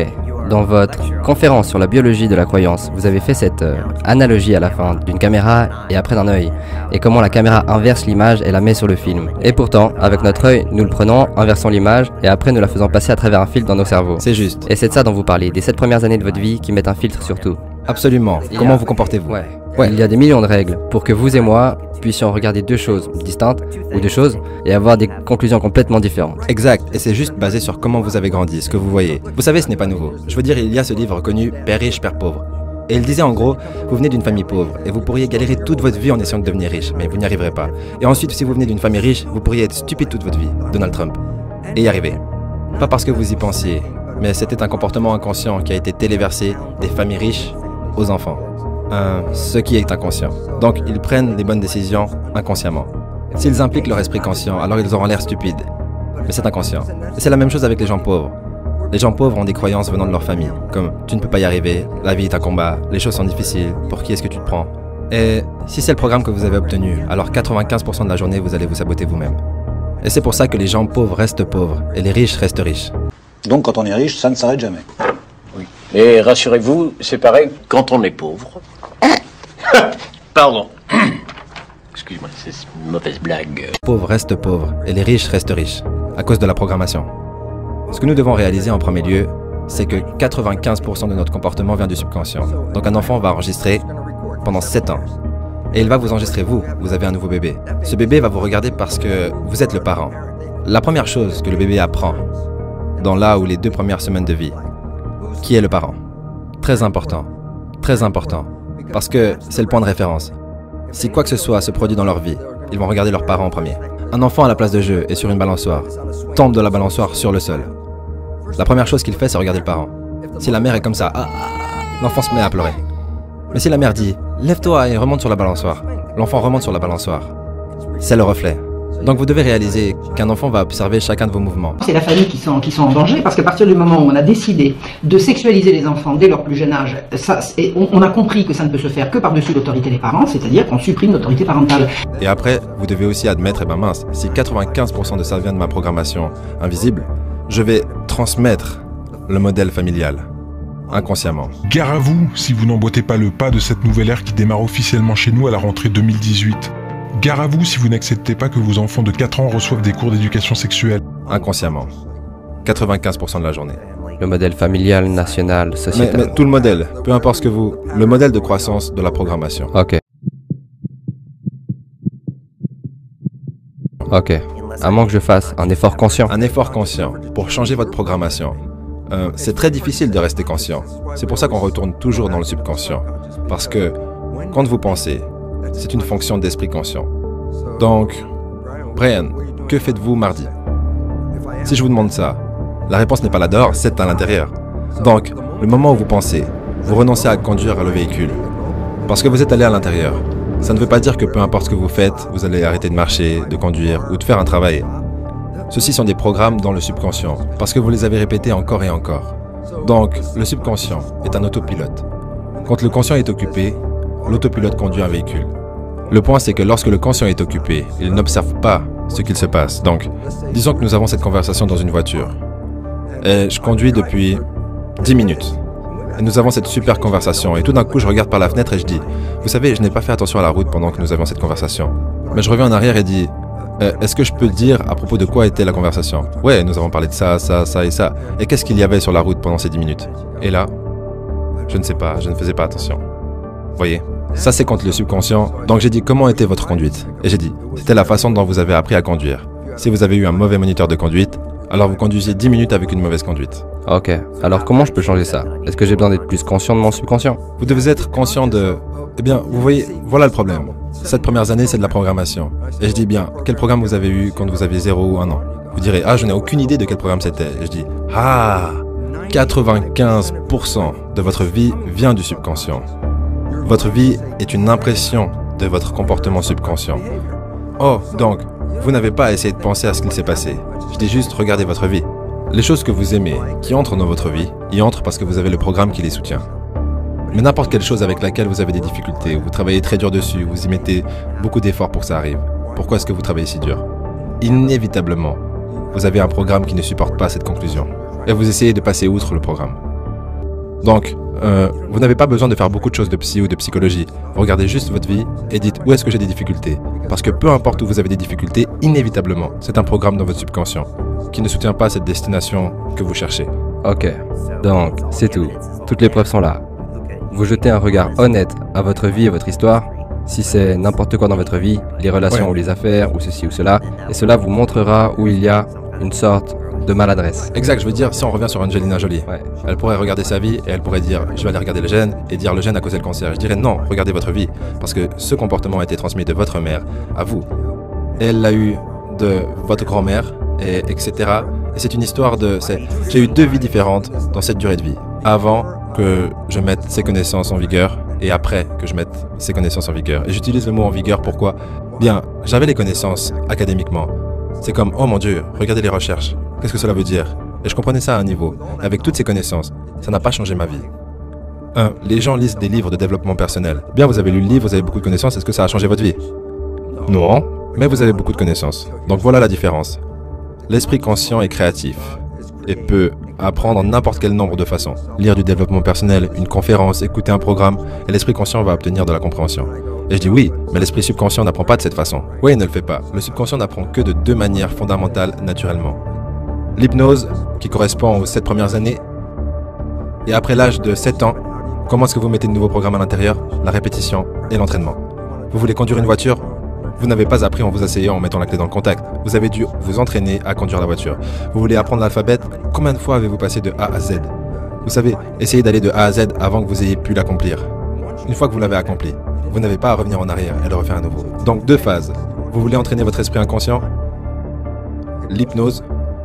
Dans votre conférence sur la biologie de la croyance, vous avez fait cette euh, analogie à la fin d'une caméra et après d'un œil, et comment la caméra inverse l'image et la met sur le film. Et pourtant, avec notre œil, nous le prenons, inversons l'image, et après nous la faisons passer à travers un filtre dans nos cerveaux. C'est juste. Et c'est de ça dont vous parlez, des sept premières années de votre vie qui mettent un filtre sur tout. Absolument. Il Comment a... vous comportez-vous? Ouais. Ouais. Il y a des millions de règles pour que vous et moi puissions regarder deux choses distinctes ou deux choses et avoir des conclusions complètement différentes. Exact, et c'est juste basé sur comment vous avez grandi, ce que vous voyez. Vous savez, ce n'est pas nouveau. Je veux dire, il y a ce livre connu, Père riche, Père pauvre. Et il disait en gros, vous venez d'une famille pauvre et vous pourriez galérer toute votre vie en essayant de devenir riche, mais vous n'y arriverez pas. Et ensuite, si vous venez d'une famille riche, vous pourriez être stupide toute votre vie, Donald Trump, et y arriver. Pas parce que vous y pensiez, mais c'était un comportement inconscient qui a été téléversé des familles riches aux enfants. Euh, ce qui est inconscient. Donc, ils prennent les bonnes décisions inconsciemment. S'ils impliquent leur esprit conscient, alors ils auront l'air stupides. Mais c'est inconscient. Et c'est la même chose avec les gens pauvres. Les gens pauvres ont des croyances venant de leur famille, comme « tu ne peux pas y arriver, la vie est un combat, les choses sont difficiles, pour qui est-ce que tu te prends ?» Et si c'est le programme que vous avez obtenu, alors quatre-vingt-quinze pour cent de la journée, vous allez vous saboter vous-même. Et c'est pour ça que les gens pauvres restent pauvres, et les riches restent riches. Donc quand on est riche, ça ne s'arrête jamais. Oui. Et rassurez-vous, c'est pareil quand on est pauvre. Pardon. Excuse-moi, c'est une mauvaise blague. Pauvres restent pauvres et les riches restent riches, à cause de la programmation. Ce que nous devons réaliser en premier lieu, c'est que quatre-vingt-quinze pour cent de notre comportement vient du subconscient. Donc un enfant va enregistrer pendant sept ans. Et il va vous enregistrer vous, vous avez un nouveau bébé. Ce bébé va vous regarder parce que vous êtes le parent. La première chose que le bébé apprend, dans là ou les deux premières semaines de vie, qui est le parent? Très important, très important. Parce que c'est le point de référence. Si quoi que ce soit se produit dans leur vie, ils vont regarder leurs parents en premier. Un enfant à la place de jeu est sur une balançoire, tombe de la balançoire sur le sol. La première chose qu'il fait, c'est regarder le parent. Si la mère est comme ça, ah, l'enfant se met à pleurer. Mais si la mère dit « lève-toi et remonte sur la balançoire », l'enfant remonte sur la balançoire. C'est le reflet. Donc vous devez réaliser qu'un enfant va observer chacun de vos mouvements. C'est la famille qui sont, qui sont en danger, parce qu'à partir du moment où on a décidé de sexualiser les enfants dès leur plus jeune âge, ça, on, on a compris que ça ne peut se faire que par-dessus l'autorité des parents, c'est-à-dire qu'on supprime l'autorité parentale. Et après, vous devez aussi admettre, eh ben mince, si quatre-vingt-quinze pour cent de ça vient de ma programmation invisible, je vais transmettre le modèle familial, inconsciemment. Gare à vous si vous n'emboîtez pas le pas de cette nouvelle ère qui démarre officiellement chez nous à la rentrée deux mille dix-huit. Gare à vous si vous n'acceptez pas que vos enfants de quatre ans reçoivent des cours d'éducation sexuelle. Inconsciemment. quatre-vingt-quinze pour cent de la journée. Le modèle familial, national, sociétal. Mais, mais tout le modèle, peu importe ce que vous... Le modèle de croissance de la programmation. Ok. Ok. À moins que je fasse un effort conscient. Un effort conscient pour changer votre programmation. Euh, c'est très difficile de rester conscient. C'est pour ça qu'on retourne toujours dans le subconscient. Parce que quand vous pensez, c'est une fonction d'esprit conscient. Donc, Brian, que faites-vous mardi? Si je vous demande ça, la réponse n'est pas là dehors, c'est à l'intérieur. Donc, le moment où vous pensez, vous renoncez à conduire le véhicule. Parce que vous êtes allé à l'intérieur. Ça ne veut pas dire que peu importe ce que vous faites, vous allez arrêter de marcher, de conduire ou de faire un travail. Ceux-ci sont des programmes dans le subconscient, parce que vous les avez répétés encore et encore. Donc, le subconscient est un autopilote. Quand le conscient est occupé, l'autopilote conduit un véhicule. Le point, c'est que lorsque le conscient est occupé, il n'observe pas ce qu'il se passe. Donc, disons que nous avons cette conversation dans une voiture. Et je conduis depuis dix minutes. Et nous avons cette super conversation. Et tout d'un coup, je regarde par la fenêtre et je dis « Vous savez, je n'ai pas fait attention à la route pendant que nous avions cette conversation. » Mais je reviens en arrière et dis euh, « Est-ce que je peux dire à propos de quoi était la conversation ?»« Ouais, nous avons parlé de ça, ça, ça et ça. Et qu'est-ce qu'il y avait sur la route pendant ces dix minutes ?» Et là, je ne sais pas, je ne faisais pas attention. Voyez ? Ça, c'est contre le subconscient. Donc j'ai dit, comment était votre conduite? Et j'ai dit, c'était la façon dont vous avez appris à conduire. Si vous avez eu un mauvais moniteur de conduite, alors vous conduisez dix minutes avec une mauvaise conduite. Ok, alors comment je peux changer ça? Est-ce que j'ai besoin d'être plus conscient de mon subconscient? Vous devez être conscient de... Eh bien, vous voyez, voilà le problème. Cette premières années, c'est de la programmation. Et je dis bien, quel programme vous avez eu quand vous aviez zéro ou un an? Vous direz, ah, je n'ai aucune idée de quel programme c'était. Et je dis, ah, quatre-vingt-quinze pour cent de votre vie vient du subconscient. Votre vie est une impression de votre comportement subconscient. Oh, donc, vous n'avez pas à essayer de penser à ce qu'il s'est passé. Je dis juste, regardez votre vie. Les choses que vous aimez, qui entrent dans votre vie, y entrent parce que vous avez le programme qui les soutient. Mais n'importe quelle chose avec laquelle vous avez des difficultés, vous travaillez très dur dessus, vous y mettez beaucoup d'efforts pour que ça arrive. Pourquoi est-ce que vous travaillez si dur? Inévitablement, vous avez un programme qui ne supporte pas cette conclusion. Et vous essayez de passer outre le programme. Donc, euh, vous n'avez pas besoin de faire beaucoup de choses de psy ou de psychologie. Vous regardez juste votre vie et dites où est-ce que j'ai des difficultés. Parce que peu importe où vous avez des difficultés, inévitablement, c'est un programme dans votre subconscient qui ne soutient pas cette destination que vous cherchez. Ok, donc c'est tout. Toutes les preuves sont là. Vous jetez un regard honnête à votre vie et votre histoire. Si c'est n'importe quoi dans votre vie, les relations ouais. ou les affaires ou ceci ou cela, et cela vous montrera où il y a une sorte de maladresse. Exact, je veux dire, si on revient sur Angelina Jolie, ouais. elle pourrait regarder sa vie et elle pourrait dire je vais aller regarder le gène et dire le gène a causé le cancer. Je dirais non, regardez votre vie, parce que ce comportement a été transmis de votre mère à vous. Et elle l'a eu de votre grand-mère, et, etc. Et c'est une histoire de... C'est, j'ai eu deux vies différentes dans cette durée de vie. Avant que je mette ces connaissances en vigueur et après que je mette ces connaissances en vigueur. Et j'utilise le mot en vigueur, pourquoi ? Bien, j'avais les connaissances académiquement. C'est comme, oh mon Dieu, regardez les recherches. Qu'est-ce que cela veut dire ? Et je comprenais ça à un niveau. Avec toutes ces connaissances, ça n'a pas changé ma vie. Un, les gens lisent des livres de développement personnel. Bien, vous avez lu le livre, vous avez beaucoup de connaissances, est-ce que ça a changé votre vie ? Non, mais vous avez beaucoup de connaissances. Donc voilà la différence. L'esprit conscient est créatif et peut apprendre n'importe quel nombre de façons. Lire du développement personnel, une conférence, écouter un programme, et l'esprit conscient va obtenir de la compréhension. Et je dis oui, mais l'esprit subconscient n'apprend pas de cette façon. Oui, il ne le fait pas. Le subconscient n'apprend que de deux manières fondamentales naturellement. L'hypnose, qui correspond aux sept premières années, et après l'âge de sept ans, comment est-ce que vous mettez de nouveaux programmes à l'intérieur ? La répétition et l'entraînement. Vous voulez conduire une voiture ? Vous n'avez pas appris en vous asseyant en mettant la clé dans le contact. Vous avez dû vous entraîner à conduire la voiture. Vous voulez apprendre l'alphabet ? Combien de fois avez-vous passé de A à Z ? Vous savez, essayez d'aller de A à Z avant que vous ayez pu l'accomplir. Une fois que vous l'avez accompli, vous n'avez pas à revenir en arrière et le refaire à nouveau. Donc deux phases. Vous voulez entraîner votre esprit inconscient ? L'hypnose,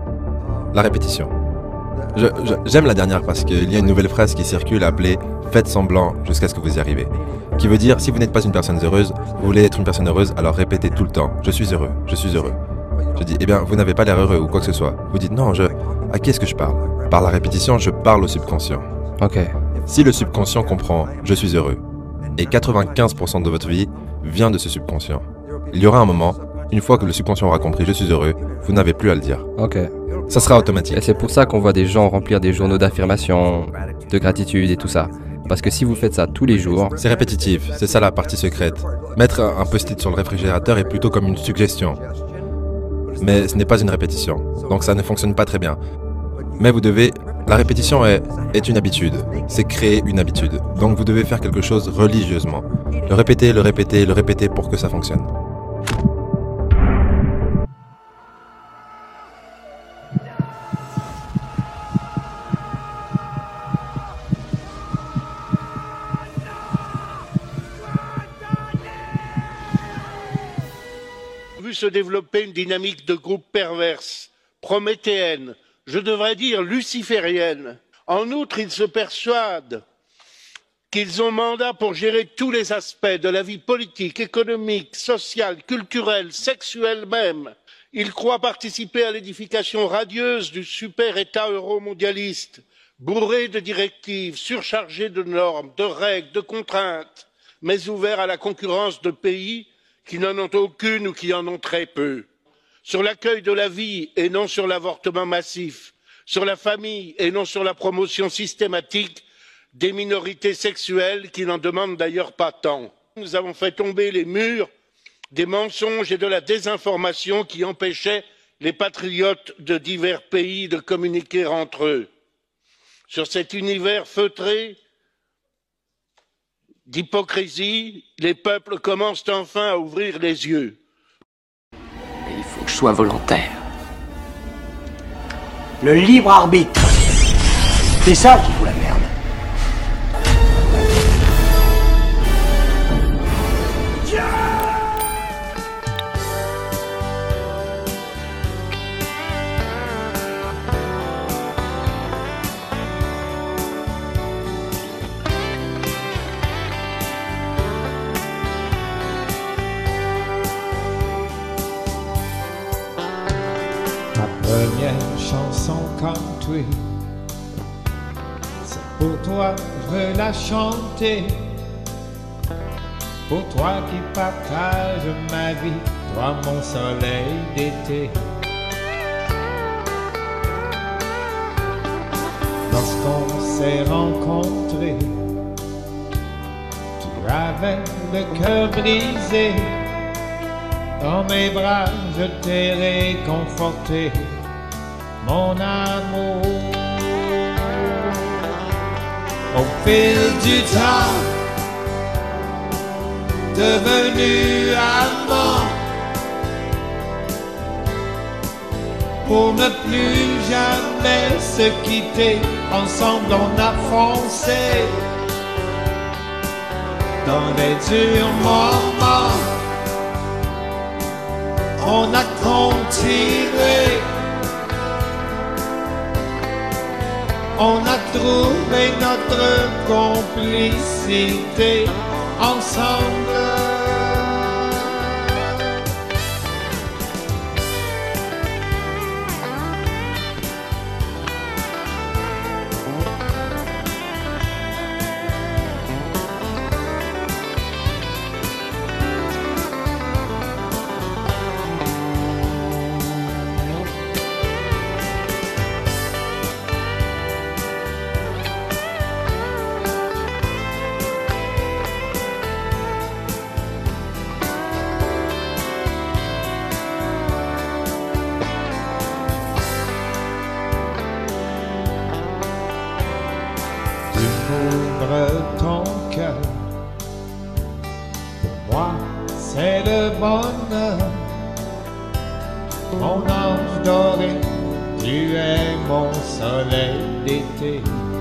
la répétition. Je, je, j'aime la dernière parce qu'il y a une nouvelle phrase qui circule appelée « Faites semblant jusqu'à ce que vous y arrivez ». Qui veut dire, si vous n'êtes pas une personne heureuse, vous voulez être une personne heureuse, alors répétez tout le temps « Je suis heureux, je suis heureux ». Je dis, eh bien, vous n'avez pas l'air heureux ou quoi que ce soit. Vous dites, non, je... à qui est-ce que je parle ? Par la répétition, je parle au subconscient. Ok. Si le subconscient comprend « Je suis heureux », et quatre-vingt-quinze pour cent de votre vie vient de ce subconscient, il y aura un moment, une fois que le subconscient aura compris « Je suis heureux », vous n'avez plus à le dire. Ok. Ça sera automatique. Et c'est pour ça qu'on voit des gens remplir des journaux d'affirmation, de gratitude et tout ça. Parce que si vous faites ça tous les jours... C'est répétitif, c'est ça la partie secrète. Mettre un post-it sur le réfrigérateur est plutôt comme une suggestion. Mais ce n'est pas une répétition, donc ça ne fonctionne pas très bien. Mais vous devez... La répétition est, est une habitude, c'est créer une habitude. Donc vous devez faire quelque chose religieusement. Le répéter, le répéter, le répéter pour que ça fonctionne. Se développer une dynamique de groupe perverse, prométhéenne, je devrais dire luciférienne. En outre, ils se persuadent qu'ils ont mandat pour gérer tous les aspects de la vie politique, économique, sociale, culturelle, sexuelle même. Ils croient participer à l'édification radieuse du super-État euromondialiste, bourré de directives, surchargé de normes, de règles, de contraintes, mais ouvert à la concurrence de pays qui n'en ont aucune ou qui en ont très peu, sur l'accueil de la vie et non sur l'avortement massif, sur la famille et non sur la promotion systématique des minorités sexuelles qui n'en demandent d'ailleurs pas tant. Nous avons fait tomber les murs des mensonges et de la désinformation qui empêchaient les patriotes de divers pays de communiquer entre eux. Sur cet univers feutré d'hypocrisie, les peuples commencent enfin à ouvrir les yeux. Mais il faut que je sois volontaire. Le libre arbitre. C'est ça qui fout la merde. Première chanson country, c'est pour toi, je veux la chanter. Pour toi qui partage ma vie, toi mon soleil d'été. lorsqu'on s'est rencontrés, tu avais le cœur brisé. Dans mes bras, je t'ai réconforté, mon amour. Au fil du temps, devenu amant, pour ne plus jamais se quitter, ensemble on a foncé dans les durs moments. On a continué, on a trouvé notre complicité ensemble. Ton cœur, pour moi c'est le bonheur. Mon ange doré, tu es mon soleil d'été.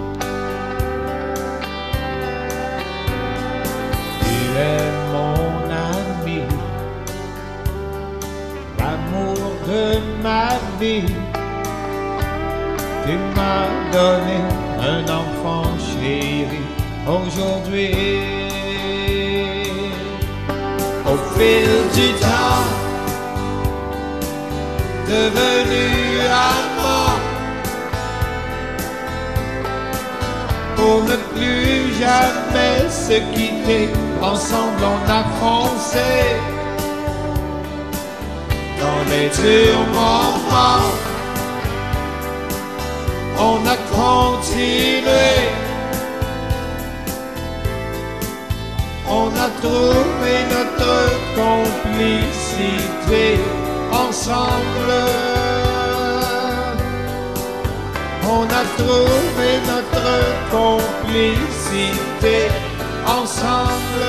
Tu es mon ami, l'amour de ma vie. Tu m'as donné un enfant chéri aujourd'hui. Au fil du temps, devenu amant, pour ne plus jamais se quitter, ensemble on a foncé dans les durs moments. On a continué, on a trouvé notre complicité ensemble. On a trouvé notre complicité ensemble.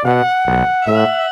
Thank you.